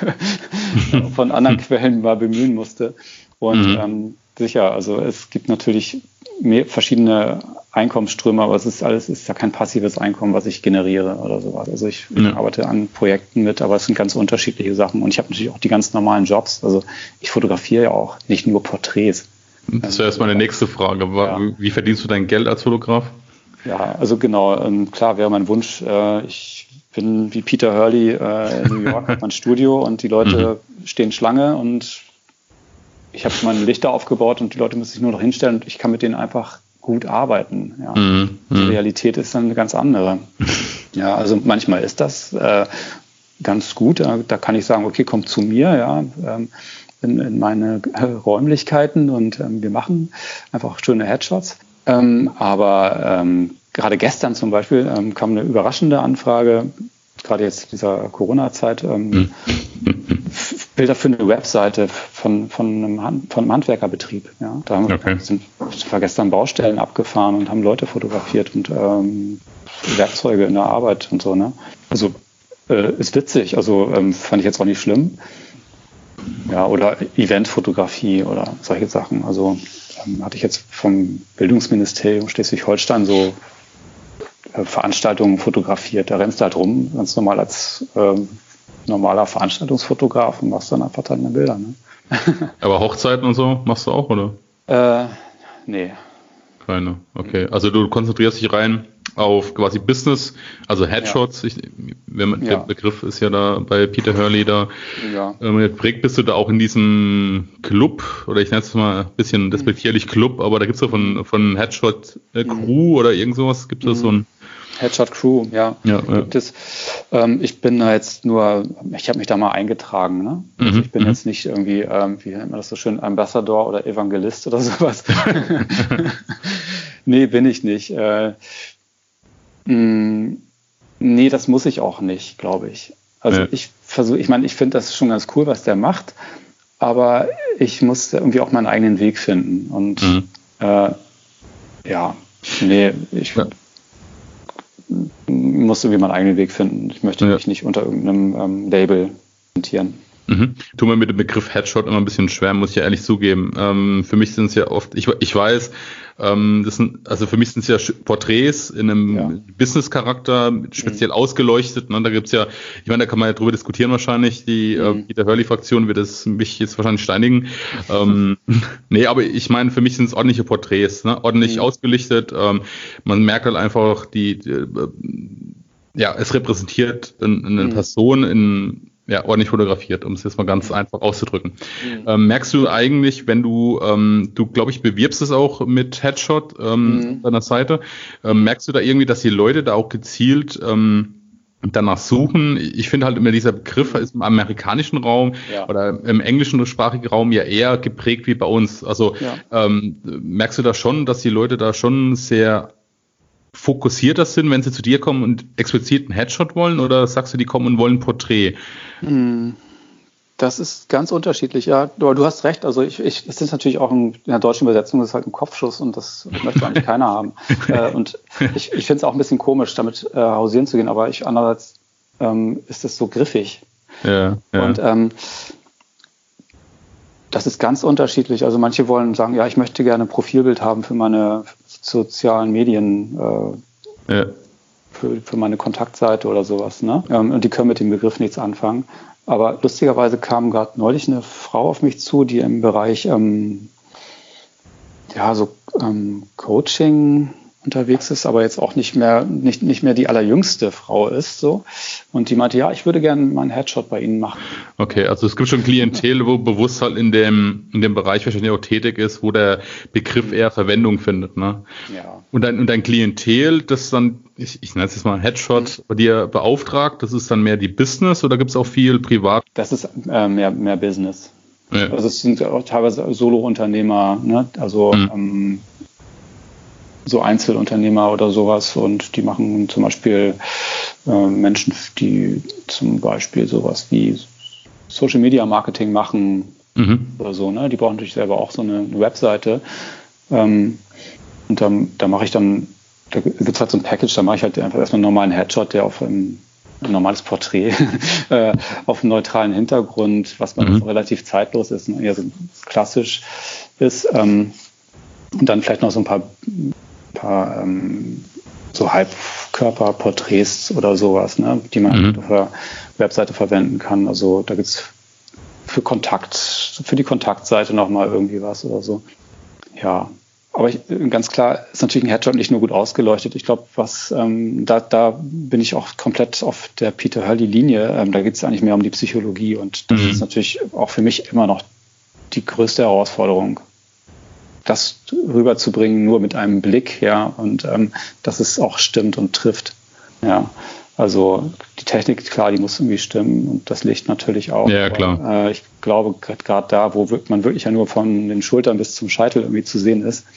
von anderen Quellen mal bemühen musste. Und mhm. ähm, sicher, also es gibt natürlich mehr verschiedene Einkommensströme, aber es ist alles, ist ja kein passives Einkommen, was ich generiere oder sowas. Also ich, ja. ich arbeite an Projekten mit, aber es sind ganz unterschiedliche Sachen. Und ich habe natürlich auch die ganz normalen Jobs. Also ich fotografiere ja auch nicht nur Porträts. Das wäre jetzt meine nächste Frage. Ja. Wie verdienst du dein Geld als Fotograf? Ja, also genau, ähm, klar wäre mein Wunsch, äh, ich bin wie Peter Hurley äh, in New York, habe mein Studio und die Leute mhm. stehen Schlange und ich habe meine Lichter aufgebaut und die Leute müssen sich nur noch hinstellen und ich kann mit denen einfach gut arbeiten. Ja. Mhm. Die Realität ist dann eine ganz andere. Ja, also manchmal ist das äh, ganz gut. Da, da kann ich sagen, okay, komm zu mir, ja, ähm, in, in meine äh, Räumlichkeiten und ähm, wir machen einfach schöne Headshots. Ähm, aber ähm, gerade gestern zum Beispiel ähm, kam eine überraschende Anfrage, gerade jetzt dieser Corona-Zeit, ähm, mhm. Bilder für eine Webseite von, von, einem, Hand, von einem Handwerkerbetrieb. Ja. Da haben okay. wir, sind wir gestern Baustellen abgefahren und haben Leute fotografiert und ähm, Werkzeuge in der Arbeit und so. Ne? Also äh, ist witzig, also ähm, fand ich jetzt auch nicht schlimm. Ja, oder Eventfotografie oder solche Sachen. Also ähm, hatte ich jetzt vom Bildungsministerium Schleswig-Holstein so äh, Veranstaltungen fotografiert. Da rennst du halt rum, ganz normal als ähm, normaler Veranstaltungsfotograf und machst dann einfach deine Bilder. Ne? Aber Hochzeiten und so machst du auch, oder? Äh, nee. Keine, okay. Also du konzentrierst dich rein auf quasi Business, also Headshots. Ja. Ich, wenn man, der ja. Begriff ist ja da bei Peter Hurley da ja. ähm, geprägt. Bist du da auch in diesem Club, oder ich nenne es mal ein bisschen despektierlich Club, aber da gibt es so von, von Headshot äh, Crew mhm. oder irgend sowas, gibt es mhm. so ein Headshot Crew, ja. ja, ja. Gibt es. Ähm, ich bin da jetzt nur, ich habe mich da mal eingetragen. Ne? Also mhm. ich bin mhm. jetzt nicht irgendwie, ähm, wie nennt man das so schön, Ambassador oder Evangelist oder sowas. Nee, bin ich nicht. Äh, mh, nee, das muss ich auch nicht, glaube ich. Also ja. ich versuche, ich meine, ich finde das schon ganz cool, was der macht, aber ich muss irgendwie auch meinen eigenen Weg finden. Und mhm. äh, ja, nee, ich ja. muss irgendwie meinen eigenen Weg finden. Ich möchte ja. mich nicht unter irgendeinem ähm, Label präsentieren. Mhm. Tu mir mit dem Begriff Headshot immer ein bisschen schwer, muss ich ja ehrlich zugeben. Ähm, für mich sind es ja oft, ich, ich weiß, ähm, das sind, also für mich sind es ja Porträts in einem ja. Business-Charakter, speziell mhm. ausgeleuchtet. Ne? Da gibt's ja, ich meine, da kann man ja drüber diskutieren wahrscheinlich, die mhm. äh, der Hurley-Fraktion wird es mich jetzt wahrscheinlich steinigen. ähm, nee, aber ich meine, für mich sind es ordentliche Porträts, ne? ordentlich mhm. ausgelichtet. Ähm, man merkt halt einfach, die, die äh, ja, es repräsentiert eine, eine mhm. Person in ja, ordentlich fotografiert, um es jetzt mal ganz einfach auszudrücken. Mhm. Ähm, merkst du eigentlich, wenn du, ähm, du glaube ich, bewirbst es auch mit Headshot ähm, mhm. auf deiner Seite, ähm, merkst du da irgendwie, dass die Leute da auch gezielt ähm, danach suchen? Ich finde halt immer, dieser Begriff ist im amerikanischen Raum ja. oder im englischen sprachigen Raum ja eher geprägt wie bei uns. Also ja. ähm, merkst du da schon, dass die Leute da schon sehr fokussierter sind, wenn sie zu dir kommen und explizit einen Headshot wollen, oder sagst du, die kommen und wollen ein Porträt? Das ist ganz unterschiedlich, ja. Du, du hast recht, also ich, ich, das ist natürlich auch in, in der deutschen Übersetzung, das ist halt ein Kopfschuss und das möchte eigentlich keiner haben. Äh, und ich, ich finde es auch ein bisschen komisch, damit äh, hausieren zu gehen, aber ich, andererseits ähm, ist es so griffig. Ja, ja. Und ähm, Das ist ganz unterschiedlich. Also manche wollen sagen, ja, ich möchte gerne ein Profilbild haben für meine sozialen Medien, äh, ja. für, für meine Kontaktseite oder sowas. Ne? Ähm, und die können mit dem Begriff nichts anfangen. Aber lustigerweise kam gerade neulich eine Frau auf mich zu, die im Bereich ähm, ja, so ähm, Coaching unterwegs ist, aber jetzt auch nicht mehr nicht nicht mehr die allerjüngste Frau ist, so. Und die meinte, ja, ich würde gerne meinen Headshot bei Ihnen machen. Okay, also es gibt schon Klientel, wo bewusst halt in dem in dem Bereich wahrscheinlich auch tätig ist, wo der Begriff eher Verwendung findet, ne? Ja. Und dein und dein Klientel, das dann, ich, ich nenne es jetzt mal Headshot, mhm. bei dir beauftragt, das ist dann mehr die Business oder gibt es auch viel privat? Das ist äh, mehr mehr Business. Ja. Also es sind auch teilweise Solo-Unternehmer, ne? Also mhm. ähm, so Einzelunternehmer oder sowas, und die machen zum Beispiel äh, Menschen, die zum Beispiel sowas wie Social Media Marketing machen mhm. oder so, ne? Die brauchen natürlich selber auch so eine, eine Webseite. Ähm, und dann, da mache ich dann, da gibt es halt so ein Package, da mache ich halt einfach erstmal einen normalen Headshot, der auf einem ein normales Porträt äh, auf einem neutralen Hintergrund, was man mhm. relativ zeitlos ist, eher so klassisch ist. Ähm, und dann vielleicht noch so ein paar paar ähm, so Halbkörperporträts oder sowas, ne, die man mhm. auf der Webseite verwenden kann. Also da gibt's für Kontakt, für die Kontaktseite nochmal irgendwie was oder so. Ja, aber ich, ganz klar ist natürlich ein Headshot nicht nur gut ausgeleuchtet. Ich glaube, was ähm, da, da bin ich auch komplett auf der Peter Hurley-Linie. Ähm, da geht es eigentlich mehr um die Psychologie, und das mhm. ist natürlich auch für mich immer noch die größte Herausforderung, das rüberzubringen, nur mit einem Blick, ja, und ähm, dass es auch stimmt und trifft. Ja, also die Technik, klar, die muss irgendwie stimmen, und das Licht natürlich auch. Ja, klar. Aber, äh, ich glaube, gerade da, wo man wirklich ja nur von den Schultern bis zum Scheitel irgendwie zu sehen ist,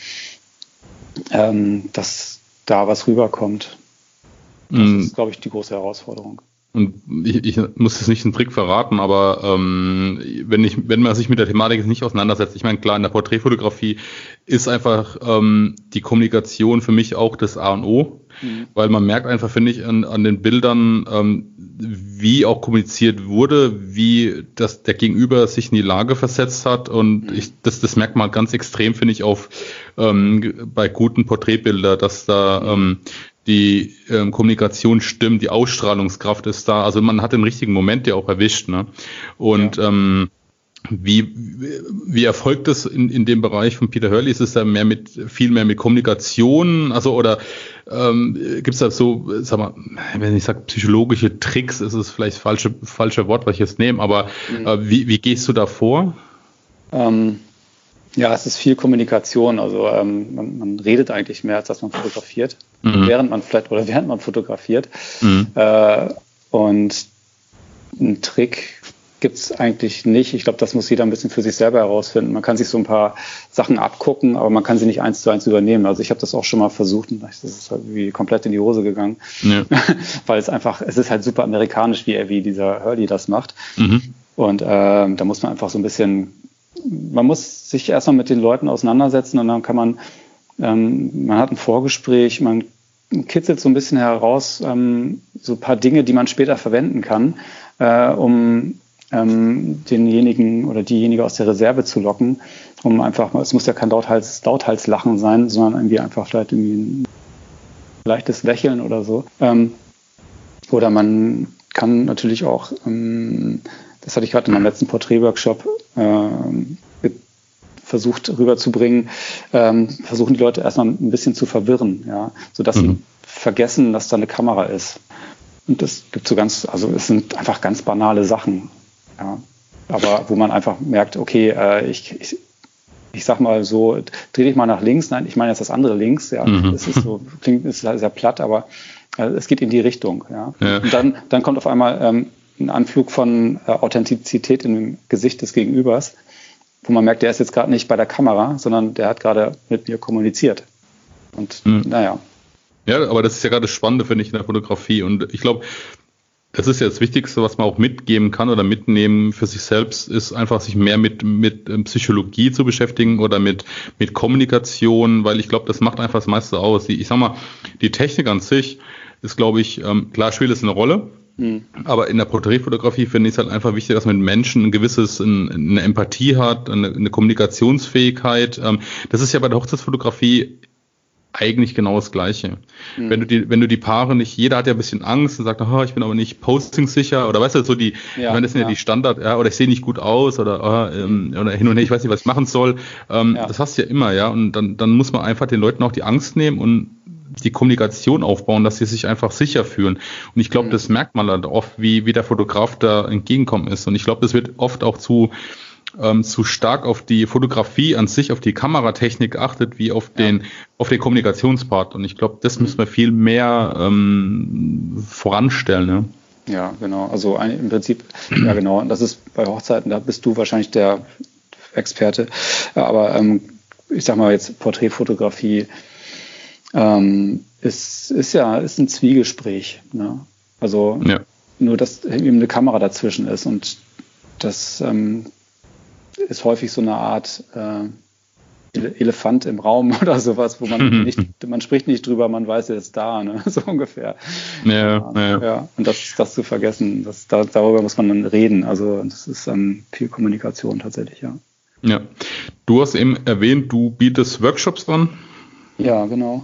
ähm, dass da was rüberkommt. Das mm. ist, glaube ich, die große Herausforderung. Und ich, ich muss jetzt nicht einen Trick verraten, aber ähm, wenn ich, wenn man sich mit der Thematik nicht auseinandersetzt, ich meine, klar, in der Porträtfotografie ist einfach ähm, die Kommunikation für mich auch das A und O, mhm. weil man merkt einfach, finde ich, an, an den Bildern, ähm, wie auch kommuniziert wurde, wie das der Gegenüber sich in die Lage versetzt hat, und mhm. ich, das, das merkt man ganz extrem, finde ich, auf ähm, bei guten Porträtbildern, dass da mhm. ähm, die ähm, Kommunikation stimmt, die Ausstrahlungskraft ist da. Also man hat den richtigen Moment ja auch erwischt, ne? Und ja. ähm, wie wie erfolgt das in, in dem Bereich von Peter Hurley? Ist es da mehr mit viel mehr mit Kommunikation? Also oder ähm, gibt es da so, sag mal, wenn ich sage psychologische Tricks, ist es vielleicht das falsche falsche Wort, was ich jetzt nehme. Aber mhm. äh, wie wie gehst du da vor? Ähm. Ja, es ist viel Kommunikation. Also ähm, man, man redet eigentlich mehr, als dass man fotografiert, mhm. während man vielleicht oder während man fotografiert. Mhm. Äh, und einen Trick gibt es eigentlich nicht. Ich glaube, das muss jeder ein bisschen für sich selber herausfinden. Man kann sich so ein paar Sachen abgucken, aber man kann sie nicht eins zu eins übernehmen. Also ich habe das auch schon mal versucht, und das ist halt irgendwie komplett in die Hose gegangen, ja. weil es einfach, es ist halt super amerikanisch, wie er, wie dieser Hurley das macht. Mhm. Und äh, da muss man einfach so ein bisschen Man muss sich erstmal mit den Leuten auseinandersetzen, und dann kann man, ähm, man hat ein Vorgespräch, man kitzelt so ein bisschen heraus, ähm, so ein paar Dinge, die man später verwenden kann, äh, um ähm, denjenigen oder diejenige aus der Reserve zu locken, um einfach, es muss ja kein Lauthals, Lauthalslachen sein, sondern irgendwie einfach vielleicht irgendwie ein leichtes Lächeln oder so. Ähm, oder man kann natürlich auch, ähm, das hatte ich gerade in meinem letzten Porträtworkshop äh, versucht rüberzubringen, ähm, versuchen die Leute erstmal ein bisschen zu verwirren, ja, sodass mhm. sie vergessen, dass da eine Kamera ist. Und das gibt so ganz, also es sind einfach ganz banale Sachen, ja, aber wo man einfach merkt, okay, äh, ich, ich, ich sag mal so, dreh dich mal nach links, nein, ich meine jetzt das andere links, ja, mhm. das ist so, klingt, ist sehr platt, aber äh, es geht in die Richtung, ja. ja. Und dann, dann kommt auf einmal ähm, ein Anflug von äh, Authentizität in dem Gesicht des Gegenübers, wo man merkt, der ist jetzt gerade nicht bei der Kamera, sondern der hat gerade mit mir kommuniziert. Und mhm. naja. Ja, aber das ist ja gerade das Spannende, finde ich, in der Fotografie. Und ich glaube, das ist ja das Wichtigste, was man auch mitgeben kann oder mitnehmen für sich selbst, ist einfach sich mehr mit, mit Psychologie zu beschäftigen oder mit, mit Kommunikation, weil ich glaube, das macht einfach das meiste aus. Ich sag mal, die Technik an sich ist, glaube ich, klar spielt es eine Rolle. Mhm. Aber in der Porträtfotografie finde ich es halt einfach wichtig, dass man mit Menschen ein gewisses, eine Empathie hat, eine, eine Kommunikationsfähigkeit. Das ist ja bei der Hochzeitsfotografie eigentlich genau das Gleiche. Mhm. Wenn du die, wenn du die Paare nicht, jeder hat ja ein bisschen Angst und sagt, oh, ich bin aber nicht postingsicher oder weißt du, so die, ja, ich meine, das sind ja, ja die Standard, ja, oder ich sehe nicht gut aus oder, oh, ähm, oder hin und her, ich weiß nicht, was ich machen soll. Ähm, ja. Das hast du ja immer, ja, und dann, dann muss man einfach den Leuten auch die Angst nehmen und die Kommunikation aufbauen, dass sie sich einfach sicher fühlen. Und ich glaube, mhm. das merkt man dann oft, wie, wie der Fotograf da entgegenkommen ist. Und ich glaube, das wird oft auch zu Ähm, zu stark auf die Fotografie an sich, auf die Kameratechnik achtet, wie auf den, ja. auf den Kommunikationspart. Und ich glaube, das müssen wir viel mehr ähm, voranstellen. Ne? Ja, genau. Also ein, im Prinzip, ja genau. Und das ist bei Hochzeiten, da bist du wahrscheinlich der Experte. Aber ähm, ich sag mal jetzt Porträtfotografie ähm, ist, ist ja ist ein Zwiegespräch. Ne? Also ja. nur, dass eben eine Kamera dazwischen ist und das ähm, ist häufig so eine Art äh, Elefant im Raum oder sowas, wo man nicht, man spricht nicht drüber, man weiß, er ist da, ne? So ungefähr. Ja, ja. ja. Und das, das zu vergessen, das, da, darüber muss man dann reden. Also das ist ähm, viel Kommunikation tatsächlich, ja. Ja. Du hast eben erwähnt, du bietest Workshops an. Ja, genau.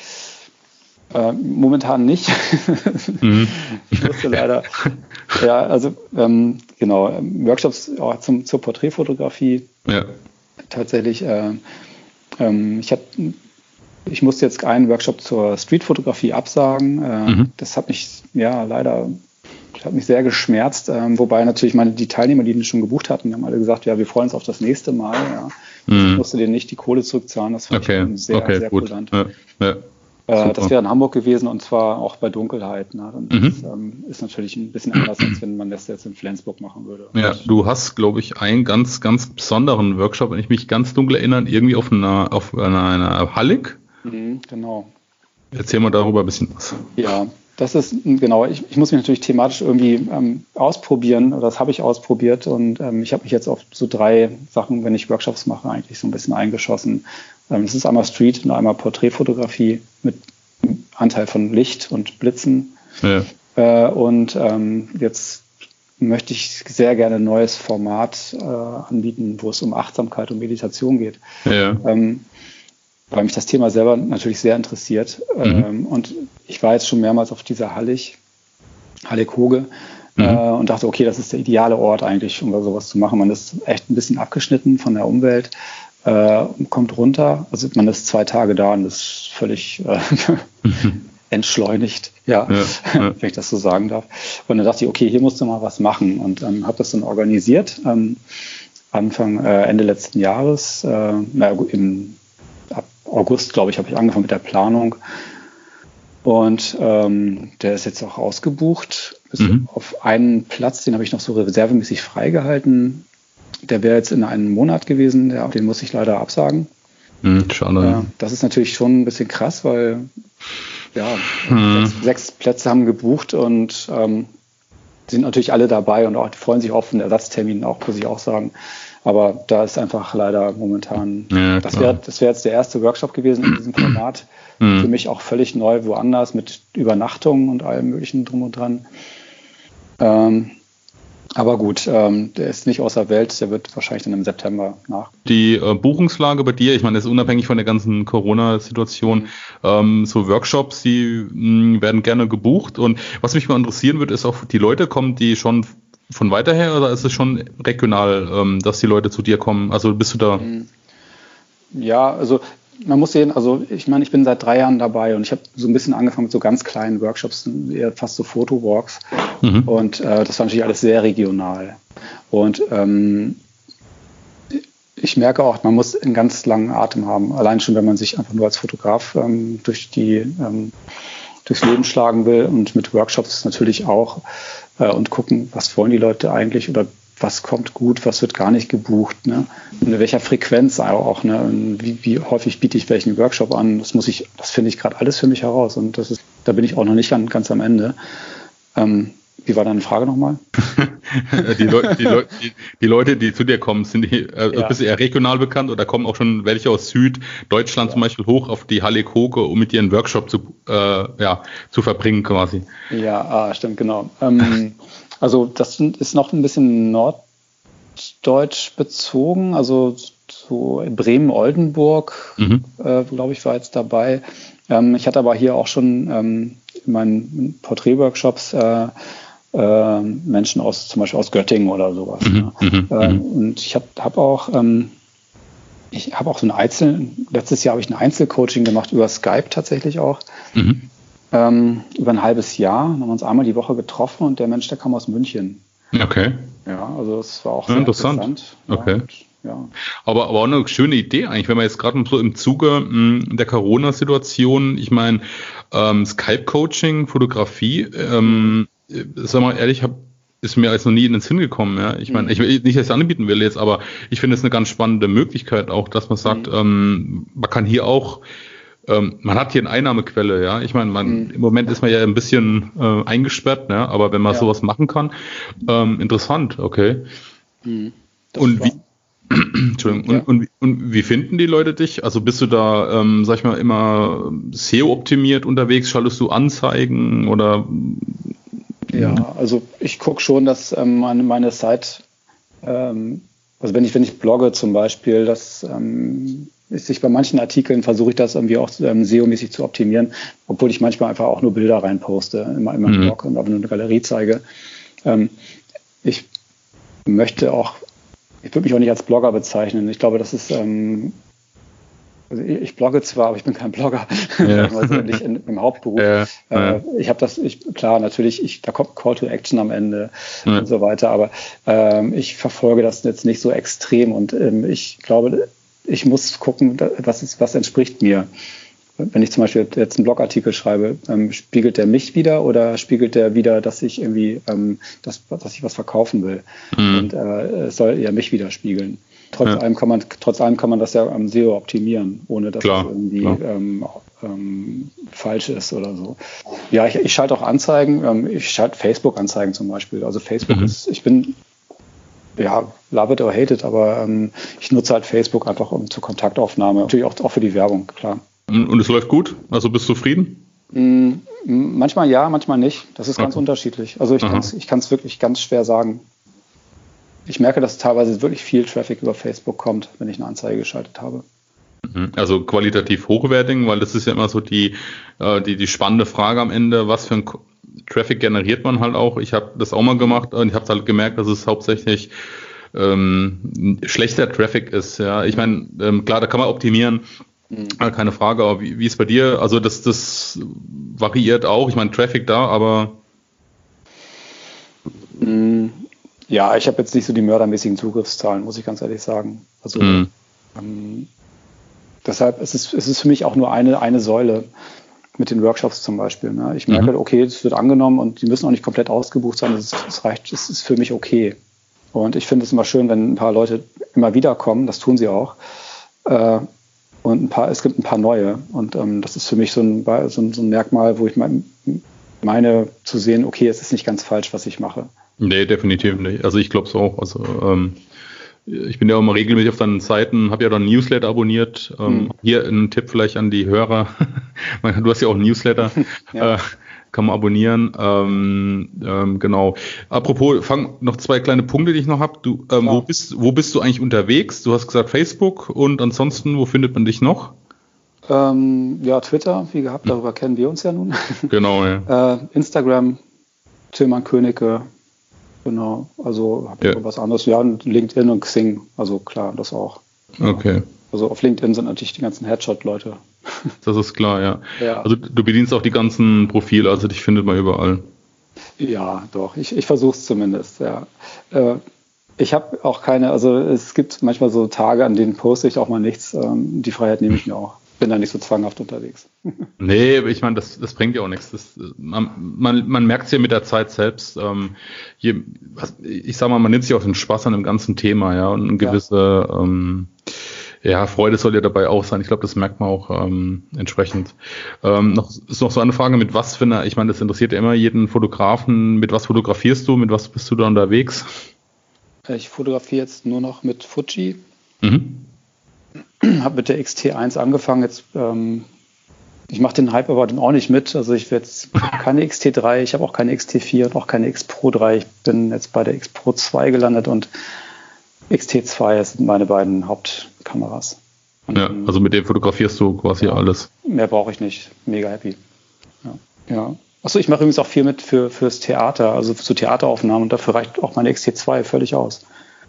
Äh, momentan nicht. Mhm. Ich musste leider, ja, also ähm, genau, Workshops auch zum, zur Porträtfotografie. Ja. Tatsächlich, äh, ähm, ich, hab, ich musste jetzt einen Workshop zur Streetfotografie absagen. Äh, mhm. Das hat mich, ja, leider, hat mich sehr geschmerzt. Äh, wobei natürlich meine, die Teilnehmer, die mich schon gebucht hatten, haben alle gesagt, ja, wir freuen uns auf das nächste Mal. Ja. Mhm. Ich musste denen nicht die Kohle zurückzahlen. Das fand okay. ich sehr, okay, sehr gut. kulant. Ja. Ja. Super. Das wäre in Hamburg gewesen und zwar auch bei Dunkelheit. Ne? Und mhm. das ähm, ist natürlich ein bisschen anders, als wenn man das jetzt in Flensburg machen würde. Ja, du hast, glaube ich, einen ganz, ganz besonderen Workshop, wenn ich mich ganz dunkel erinnere, irgendwie auf einer, auf einer, einer Hallig. Mhm, genau. Erzähl mal darüber ein bisschen was. Ja, das ist, genau, ich, ich muss mich natürlich thematisch irgendwie ähm, ausprobieren, das habe ich ausprobiert und ähm, ich habe mich jetzt auf so drei Sachen, wenn ich Workshops mache, eigentlich so ein bisschen eingeschossen. Ähm, es ist einmal Street und einmal Porträtfotografie mit Anteil von Licht und Blitzen. Ja. Äh, und ähm, jetzt möchte ich sehr gerne ein neues Format äh, anbieten, wo es um Achtsamkeit und Meditation geht. Ja. Ähm, weil mich das Thema selber natürlich sehr interessiert. Mhm. Ähm, und ich war jetzt schon mehrmals auf dieser Hallig, Hallig-Hoge, mhm. äh, und dachte, okay, das ist der ideale Ort eigentlich, um sowas zu machen. Man ist echt ein bisschen abgeschnitten von der Umwelt, äh, kommt runter, also man ist zwei Tage da und ist völlig äh, mhm. entschleunigt, ja, ja, ja. wenn ich das so sagen darf. Und dann dachte ich, okay, hier musst du mal was machen und ähm, habe das dann organisiert, ähm, Anfang, äh, Ende letzten Jahres, äh, na, im ab August, glaube ich, habe ich angefangen mit der Planung und ähm, der ist jetzt auch ausgebucht, bis mhm. auf einen Platz, den habe ich noch so reservemäßig freigehalten. Der wäre jetzt in einem Monat gewesen, der, den muss ich leider absagen. Mhm, schade. Äh, das ist natürlich schon ein bisschen krass, weil ja, mhm. sechs, sechs Plätze haben gebucht und ähm, sind natürlich alle dabei und auch, freuen sich auch von Ersatzterminen, auch muss ich auch sagen. Aber da ist einfach leider momentan, ja, das wäre das wäre jetzt der erste Workshop gewesen in diesem Format. Mhm. Für mich auch völlig neu woanders mit Übernachtungen und allem möglichen drum und dran. Ähm, aber gut, ähm, der ist nicht außer Welt, der wird wahrscheinlich dann im September nach. Die äh, Buchungslage bei dir, ich meine, das ist unabhängig von der ganzen Corona-Situation, mhm. ähm, so Workshops, die mh, werden gerne gebucht. Und was mich mal interessieren würde, ist auch, die Leute kommen, die schon von weiter her oder ist es schon regional, ähm, dass die Leute zu dir kommen? Also bist du da? Ja, also man muss sehen, also ich meine, ich bin seit drei Jahren dabei und ich habe so ein bisschen angefangen mit so ganz kleinen Workshops, eher fast so Fotowalks mhm. und äh, das war natürlich alles sehr regional. Und ähm, ich merke auch, man muss einen ganz langen Atem haben, allein schon, wenn man sich einfach nur als Fotograf ähm, durch die ähm, durchs Leben schlagen will und mit Workshops natürlich auch äh, und gucken, was wollen die Leute eigentlich oder was kommt gut, was wird gar nicht gebucht, ne? In welcher Frequenz auch, ne? Wie, wie häufig biete ich welchen Workshop an, das muss ich, das finde ich gerade alles für mich heraus und das ist, da bin ich auch noch nicht ganz, ganz am Ende. Ähm, Wie war deine Frage nochmal? die, Leu- die, Leu- die, die Leute, die zu dir kommen, sind die, äh, Ja. bist du eher regional bekannt oder kommen auch schon welche aus Süddeutschland Ja. zum Beispiel hoch auf die Halle Koke, um mit dir einen Workshop zu, äh, ja, zu verbringen quasi? Ja, ah, stimmt, genau. Ähm, also das ist noch ein bisschen norddeutsch bezogen, also so Bremen-Oldenburg, Mhm. äh, glaube ich, war jetzt dabei. Ähm, ich hatte aber hier auch schon ähm, in meinen Porträtworkshops äh, äh, Menschen aus, zum Beispiel aus Göttingen oder sowas. Mhm, Ne? mhm, Ähm, mhm. und ich habe hab auch, ähm, ich habe auch so ein Einzel, letztes Jahr habe ich ein Einzelcoaching gemacht über Skype tatsächlich auch. Mhm. Ähm, über ein halbes Jahr. Dann haben wir uns einmal die Woche getroffen und der Mensch, der kam aus München. Okay. Ja, also das war auch Ja, sehr interessant. interessant. Okay. Ja, und, ja. Aber, aber auch eine schöne Idee eigentlich, wenn man jetzt gerade so im Zuge mh, der Corona-Situation, ich meine, ähm, Skype-Coaching, Fotografie, ähm, äh, sag mal ehrlich, hab, ist mir als noch nie in den Sinn gekommen. Ja? Ich meine, ich will nicht, dass ich es anbieten will jetzt, aber ich finde es eine ganz spannende Möglichkeit auch, dass man sagt, Mhm. ähm, man kann hier auch, ähm, man hat hier eine Einnahmequelle, ja. Ich meine, man, Mhm. im Moment ist man ja ein bisschen äh, eingesperrt, ne? Aber wenn man Ja. sowas machen kann, ähm, interessant, okay. Mhm. Das Und war- wie, Entschuldigung, Ja. und, und, und wie finden die Leute dich? Also bist du da, ähm, sag ich mal, immer S E O-optimiert unterwegs? Schaltest du Anzeigen oder? Ja, also ich gucke schon, dass ähm, meine, meine Site, ähm, also wenn ich, wenn ich blogge zum Beispiel, dass ähm, ist sich bei manchen Artikeln versuche ich das irgendwie auch ähm, S E O-mäßig zu optimieren, obwohl ich manchmal einfach auch nur Bilder reinposte in meinem Mhm. Blog und aber nur eine Galerie zeige. Ähm, ich möchte auch, ich würde mich auch nicht als Blogger bezeichnen. Ich glaube, das ist, ähm, also ich, ich blogge zwar, aber ich bin kein Blogger, Ja. also nicht in, im Hauptberuf. Ja, ja. Äh, ich habe das, ich, klar, natürlich, ich, da kommt Call to Action am Ende Ja. und so weiter, aber ähm, ich verfolge das jetzt nicht so extrem und ähm, ich glaube, ich muss gucken, da- was, ist, was entspricht mir. Wenn ich zum Beispiel jetzt einen Blogartikel schreibe, ähm, spiegelt der mich wieder oder spiegelt der wieder, dass ich irgendwie, ähm, das, dass ich was verkaufen will? Mhm. Und äh, es soll eher mich widerspiegeln. Trotz Ja. allem kann man, trotz allem kann man das ja am S E O optimieren, ohne dass Klar, es irgendwie klar. ähm, ähm, falsch ist oder so. Ja, ich, ich schalte auch Anzeigen. Ähm, ich schalte Facebook-Anzeigen zum Beispiel. Also Facebook Mhm. ist, ich bin, ja, love it or hate it, aber ähm, ich nutze halt Facebook einfach um zur Kontaktaufnahme. Natürlich auch, auch für die Werbung, klar. Und, und es läuft gut? Also bist du zufrieden? Mm, Manchmal ja, manchmal nicht. Das ist ganz Okay. unterschiedlich. Also ich Aha. kann es ich kann's wirklich ganz schwer sagen. Ich merke, dass teilweise wirklich viel Traffic über Facebook kommt, wenn ich eine Anzeige geschaltet habe. Mhm. Also qualitativ hochwertig, weil das ist ja immer so die, äh, die, die spannende Frage am Ende, was für ein Ko- Traffic generiert man halt auch. Ich habe das auch mal gemacht und ich habe halt gemerkt, dass es hauptsächlich ähm, schlechter Traffic ist. Ja, ich meine, ähm, klar, da kann man optimieren, äh, keine Frage. Aber wie, wie ist bei dir? Also das, das variiert auch. Ich meine, Traffic da, aber Mm, Ja, ich habe jetzt nicht so die mördermäßigen Zugriffszahlen, muss ich ganz ehrlich sagen. Also Mhm. ähm, deshalb ist es, es ist für mich auch nur eine, eine Säule mit den Workshops zum Beispiel. Ne? Ich merke, Mhm. okay, es wird angenommen und die müssen auch nicht komplett ausgebucht sein. Es, es reicht, es ist für mich okay. Und ich finde es immer schön, wenn ein paar Leute immer wieder kommen, das tun sie auch. Äh, und ein paar, es gibt ein paar neue. Und ähm, das ist für mich so ein, so ein, so ein Merkmal, wo ich mein, meine zu sehen, okay, es ist nicht ganz falsch, was ich mache. nee, definitiv nicht. Also ich glaube es auch. Also ähm, ich bin ja auch mal regelmäßig auf deinen Seiten, habe ja dann ein Newsletter abonniert. Ähm, Mhm. Hier ein Tipp vielleicht an die Hörer. Du hast ja auch ein Newsletter. Ja. Äh, kann man abonnieren. Ähm, ähm, genau. Apropos, fang noch zwei kleine Punkte, die ich noch habe. Du, ähm, Klar. wo bist, wo bist du eigentlich unterwegs? Du hast gesagt Facebook und ansonsten, wo findet man dich noch? Ähm, ja, Twitter, wie gehabt, darüber kennen wir uns ja nun. Genau, ja. äh, Instagram, Tilman Königke, genau, also habe ich Ja. noch was anderes. Ja, und LinkedIn und Xing, also klar, das auch. Okay. Also auf LinkedIn sind natürlich die ganzen Headshot-Leute. Das ist klar, ja. Ja. Also du bedienst auch die ganzen Profile, also dich findet man überall. Ja, doch, ich, ich versuche es zumindest, ja. Äh, ich habe auch keine, also es gibt manchmal so Tage, an denen poste ich auch mal nichts. Ähm, die Freiheit nehme ich mir auch. Bin da nicht so zwanghaft unterwegs. Nee, ich meine, das, das bringt ja auch nichts. Das, man man, man merkt es ja mit der Zeit selbst. Ähm, je, was, ich sag mal, man nimmt sich auch den Spaß an dem ganzen Thema, ja, und eine gewisse, ja, ähm, Ja, Freude soll ja dabei auch sein. Ich glaube, das merkt man auch ähm, entsprechend. Ähm, noch, ist noch so eine Frage, mit was für einer, ich meine, das interessiert ja immer jeden Fotografen, mit was fotografierst du, mit was bist du da unterwegs? Ich fotografiere jetzt nur noch mit Fuji. Mhm. Habe mit der X T eins angefangen. Jetzt, ähm, ich mache den Hype aber dann auch nicht mit. Also ich werde jetzt keine X T drei, ich habe auch keine X T vier und auch keine X Pro drei. Ich bin jetzt bei der X Pro zwei gelandet und X T zwei sind meine beiden Hauptkameras. Und, ja, also mit dem fotografierst du quasi ja, alles. Mehr brauche ich nicht. Mega happy. Ja. ja. Achso, ich mache übrigens auch viel mit für fürs Theater, also für so Theateraufnahmen, und dafür reicht auch meine X T zwei völlig aus.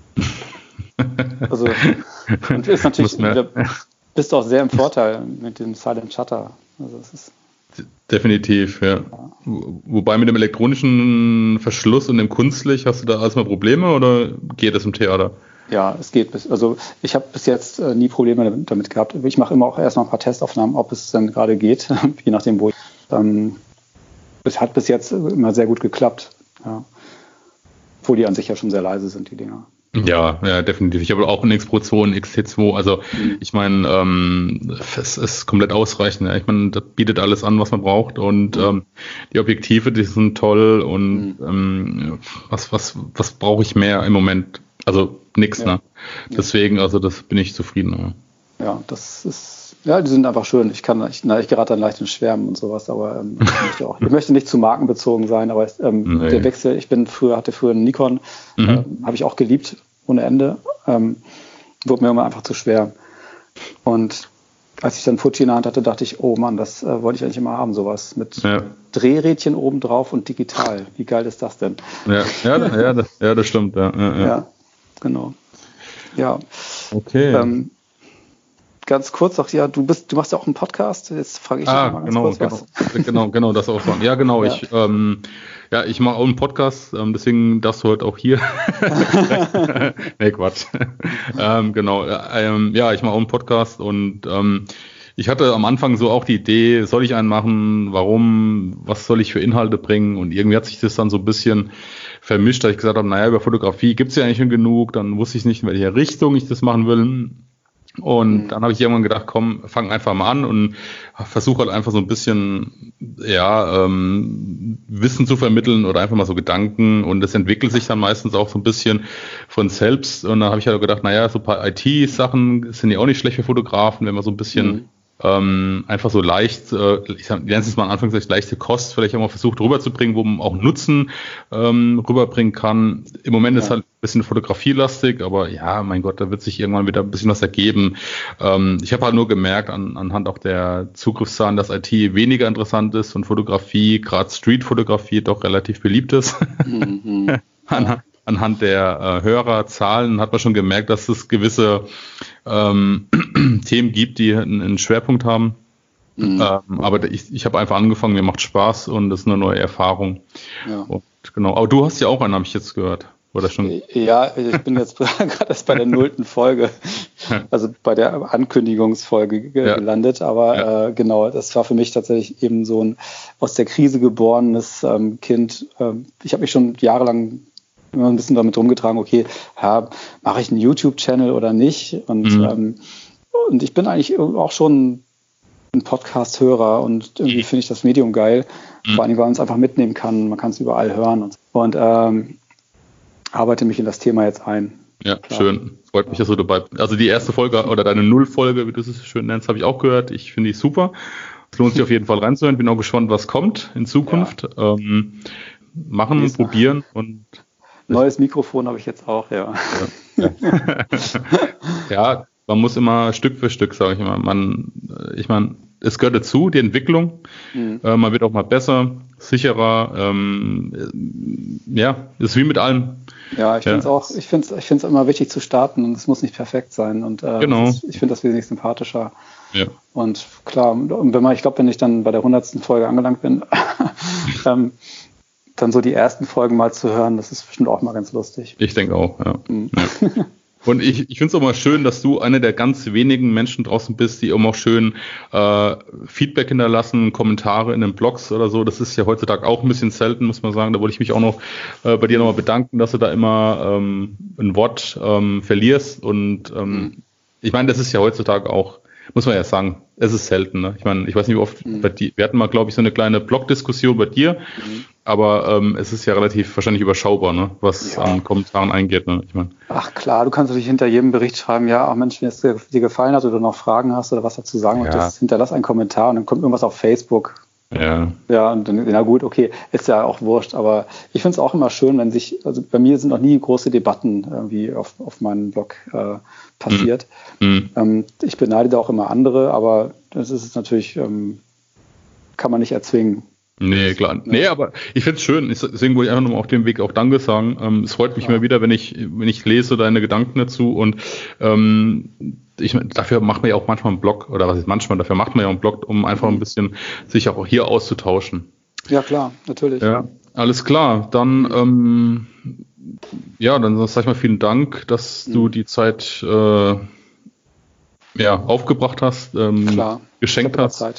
Also, und ist natürlich, du bist auch sehr im Vorteil mit dem Silent Shutter. Also es ist definitiv, ja. ja. Wobei mit dem elektronischen Verschluss und dem Kunstlicht, hast du da erstmal Probleme oder geht es im Theater? Ja, es geht. Bis, also ich habe bis jetzt äh, nie Probleme damit, damit gehabt. Ich mache immer auch erstmal ein paar Testaufnahmen, ob es dann gerade geht, je nachdem, wo ich. Ähm, es hat bis jetzt immer sehr gut geklappt. Ja. Obwohl die an sich ja schon sehr leise sind, die Dinger. Ja, ja, definitiv. Ich habe auch einen X Pro zwei und X T zwei. Also mhm. ich meine, ähm, es ist komplett ausreichend. Ja. Ich meine, das bietet alles an, was man braucht. Und mhm. ähm, die Objektive, die sind toll. Und mhm. ähm, was, was, was brauche ich mehr im Moment? Also nix, ja. ne? Deswegen, also das bin ich zufrieden. Ne? Ja, das ist, ja, die sind einfach schön. Ich kann, ich, na, ich gerate dann leicht in Schwärmen und sowas, aber ähm, ich, möchte auch, ich möchte nicht zu markenbezogen sein, aber ähm, nee. der Wechsel, ich bin früher, hatte früher einen Nikon, mhm. äh, habe ich auch geliebt, ohne Ende, ähm, wurde mir immer einfach zu schwer. Und als ich dann Fuji in der Hand hatte, dachte ich, oh Mann, das äh, wollte ich eigentlich immer haben, sowas mit ja. Drehrädchen oben drauf und digital. Wie geil ist das denn? Ja, ja, ja, das, ja das stimmt. Ja, ja, ja. ja genau. Ja. Okay. Ähm, ganz kurz noch, ja, du bist, du machst ja auch einen Podcast. Jetzt frage ich ah, dich mal ganz genau, kurz genau, was. genau, genau, das auch schon. Ja, genau. Ja. Ich, ähm, ja, ich mache auch einen Podcast, ähm, deswegen darfst du heute auch hier. Nee, Quatsch. ähm, genau. Ähm, ja, ich mache auch einen Podcast und ähm, ich hatte am Anfang so auch die Idee, soll ich einen machen? Warum? Was soll ich für Inhalte bringen? Und irgendwie hat sich das dann so ein bisschen vermischt, da ich gesagt habe, naja, über Fotografie gibt's ja eigentlich schon genug. Dann wusste ich nicht, in welche Richtung ich das machen will. Und dann habe ich irgendwann gedacht, komm, fang einfach mal an und versuche halt einfach so ein bisschen, ja, ähm, Wissen zu vermitteln oder einfach mal so Gedanken, und das entwickelt sich dann meistens auch so ein bisschen von selbst. Und dann habe ich halt gedacht, naja, so ein paar I T-Sachen sind ja auch nicht schlecht für Fotografen, wenn man so ein bisschen mhm. ähm, einfach so leicht, äh, ich nenne es mal in Anführungszeichen leichte Kost, vielleicht auch mal versucht rüberzubringen, wo man auch Nutzen ähm, rüberbringen kann. Im Moment ja. ist halt ein bisschen fotografielastig, aber ja, mein Gott, da wird sich irgendwann wieder ein bisschen was ergeben. Ähm, ich habe halt nur gemerkt, an, anhand auch der Zugriffszahlen, dass I T weniger interessant ist und Fotografie, gerade Street-Fotografie, doch relativ beliebt ist. Mhm. an, anhand der äh, Hörerzahlen hat man schon gemerkt, dass es gewisse ähm, Themen gibt, die einen, einen Schwerpunkt haben. Mhm. Ähm, aber ich, ich habe einfach angefangen, mir macht Spaß und das ist eine neue Erfahrung. Ja. Und genau. Aber du hast ja auch einen, habe ich jetzt gehört. Oder schon? Ja, ich bin jetzt gerade erst bei der nullten Folge, also bei der Ankündigungsfolge ja. gelandet, aber ja. äh, genau, das war für mich tatsächlich eben so ein aus der Krise geborenes ähm, Kind. Ähm, ich habe mich schon jahrelang immer ein bisschen damit rumgetragen, okay, ja, mache ich einen YouTube-Channel oder nicht? Und, mhm. ähm, und ich bin eigentlich auch schon ein Podcast-Hörer und irgendwie finde ich das Medium geil, mhm. vor allem, weil man es einfach mitnehmen kann, man kann es überall hören und, und ähm, arbeite mich in das Thema jetzt ein. Ja, klar. Schön. Freut mich, dass du dabei bist. Also die erste Folge oder deine Null-Folge, wie du es schön nennst, habe ich auch gehört. Ich finde die super. Es lohnt sich auf jeden Fall reinzuhören. Bin auch gespannt, was kommt in Zukunft. Ja. Ähm, machen, Nächste. probieren und neues Mikrofon habe ich jetzt auch, ja. Ja, ja. Ja, man muss immer Stück für Stück, sage ich immer. Man, ich meine, es gehört dazu, die Entwicklung. Mhm. Äh, man wird auch mal besser, sicherer. Ähm, ja, ist wie mit allem. Ja, ich finde es ja. auch, ich finde es ich find's immer wichtig zu starten und es muss nicht perfekt sein. Und äh, genau. ist, ich finde das wesentlich sympathischer. Ja. Und klar, und wenn man, ich glaube, wenn ich dann bei der hundertsten Folge angelangt bin, ähm, dann so die ersten Folgen mal zu hören, das ist bestimmt auch mal ganz lustig. Ich denke auch, ja. Mhm. ja. Und ich, ich finde es auch mal schön, dass du einer der ganz wenigen Menschen draußen bist, die immer auch schön äh, Feedback hinterlassen, Kommentare in den Blogs oder so. Das ist ja heutzutage auch ein bisschen selten, muss man sagen. Da wollte ich mich auch noch äh, bei dir nochmal bedanken, dass du da immer ähm, ein Wort ähm, verlierst. Und ähm, mhm. ich meine, das ist ja heutzutage auch, muss man ja sagen, es ist selten. Ne? Ich meine, ich weiß nicht, wie oft, mhm. bei dir, wir hatten mal, glaube ich, so eine kleine Blog-Diskussion bei dir, mhm. aber ähm, es ist ja relativ wahrscheinlich überschaubar, ne? was ja. an Kommentaren eingeht. Ne? Ich mein. Ach klar, du kannst natürlich hinter jedem Bericht schreiben, ja, auch Mensch, wenn es dir gefallen hat oder noch Fragen hast oder was dazu sagen ja. möchtest, hinterlass einen Kommentar und dann kommt irgendwas auf Facebook. Ja. Ja, und dann, na gut, okay, ist ja auch wurscht, aber ich finde es auch immer schön, wenn sich, also bei mir sind noch nie große Debatten irgendwie auf, auf meinem Blog äh, passiert. Mhm. Ähm, ich beneide da auch immer andere, aber das ist natürlich, ähm, kann man nicht erzwingen. Nee, klar. Nee, aber ich finde es schön. Deswegen wollte ich einfach nochmal auf dem Weg auch Danke sagen. Ähm, es freut mich ja. immer wieder, wenn ich, wenn ich lese deine Gedanken dazu und ähm, ich, dafür macht man ja auch manchmal einen Blog, oder was ist manchmal, dafür macht man ja einen Blog, um einfach ein bisschen sich auch hier auszutauschen. Ja, klar, natürlich. Ja, alles klar. Dann, ähm, ja, dann sag ich mal vielen Dank, dass mhm. du die Zeit äh, ja, aufgebracht hast, ähm, klar. geschenkt hast. Zeit.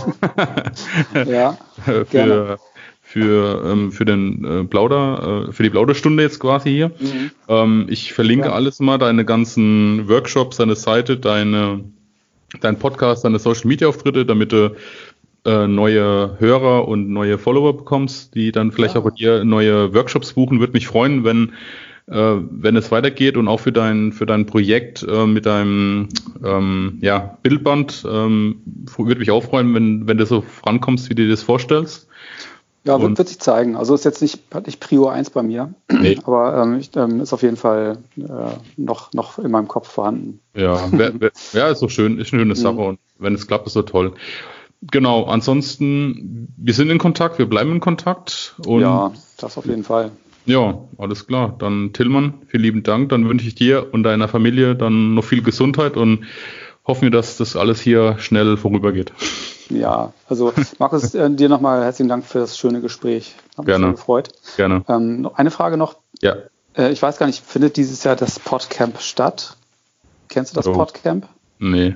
ja, für, gerne. Für, ähm, für den äh, Plauder, äh, für die Plauderstunde jetzt quasi hier. Mhm. Ähm, ich verlinke ja. alles mal, deine ganzen Workshops, deine Seite, deine, dein Podcast, deine Social Media Auftritte, damit du äh, neue Hörer und neue Follower bekommst, die dann vielleicht ja. auch bei dir neue Workshops buchen. Würde mich freuen, wenn äh, wenn es weitergeht und auch für dein für dein Projekt äh, mit deinem ähm, ja, Bildband. Ähm, würde mich auch freuen, wenn wenn du so vorankommst, wie du dir das vorstellst. Ja, wird, wird sich zeigen. Also ist jetzt nicht, hat nicht Prio eins bei mir, nee. aber ähm, ich, ähm, ist auf jeden Fall äh, noch, noch in meinem Kopf vorhanden. Ja, wär, wär, ja, ist so schön, ist eine schöne Sache und wenn es klappt, ist so toll. Genau, ansonsten, wir sind in Kontakt, wir bleiben in Kontakt. Und ja, das auf jeden Fall. Ja, alles klar. Dann Tillmann, vielen lieben Dank. Dann wünsche ich dir und deiner Familie dann noch viel Gesundheit und hoffen wir, dass das alles hier schnell vorübergeht. Ja, also Markus, äh, dir nochmal herzlichen Dank für das schöne Gespräch. Hat mich Gerne. sehr gefreut. Gerne. Ähm, noch eine Frage noch. Ja. Äh, ich weiß gar nicht, findet dieses Jahr das Podcamp statt? Kennst du das oh. Podcamp? Nee.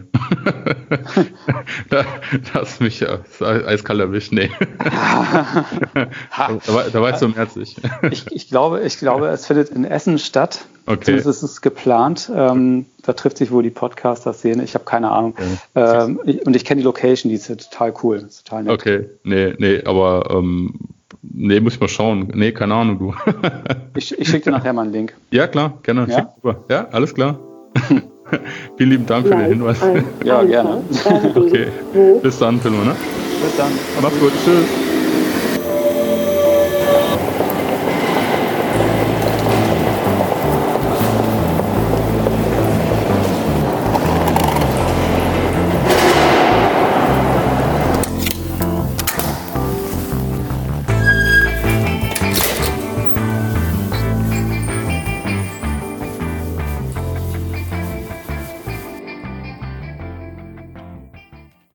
da, das ist mich ja eiskalt erwischt. Nee. da, war, da war ich so herzlich. ich, ich, glaube, ich glaube, es findet in Essen statt. Okay. Zumindest ist es geplant. Ähm, da trifft sich wohl die Podcaster-Szene. Ich habe keine Ahnung. Okay. Ähm, ich, und ich kenne die Location, die ist total cool. Ist total nett. Okay, nee, nee, aber ähm, nee, muss ich mal schauen. Nee, keine Ahnung, du. ich ich schicke dir nachher mal einen Link. Ja, klar, gerne. Ja, Schick, super. Ja, alles klar. Vielen lieben Dank für den Hinweis. Ja, gerne. Okay, bis dann, Tillmann. Ne? Bis dann. Mach's gut. Tschüss.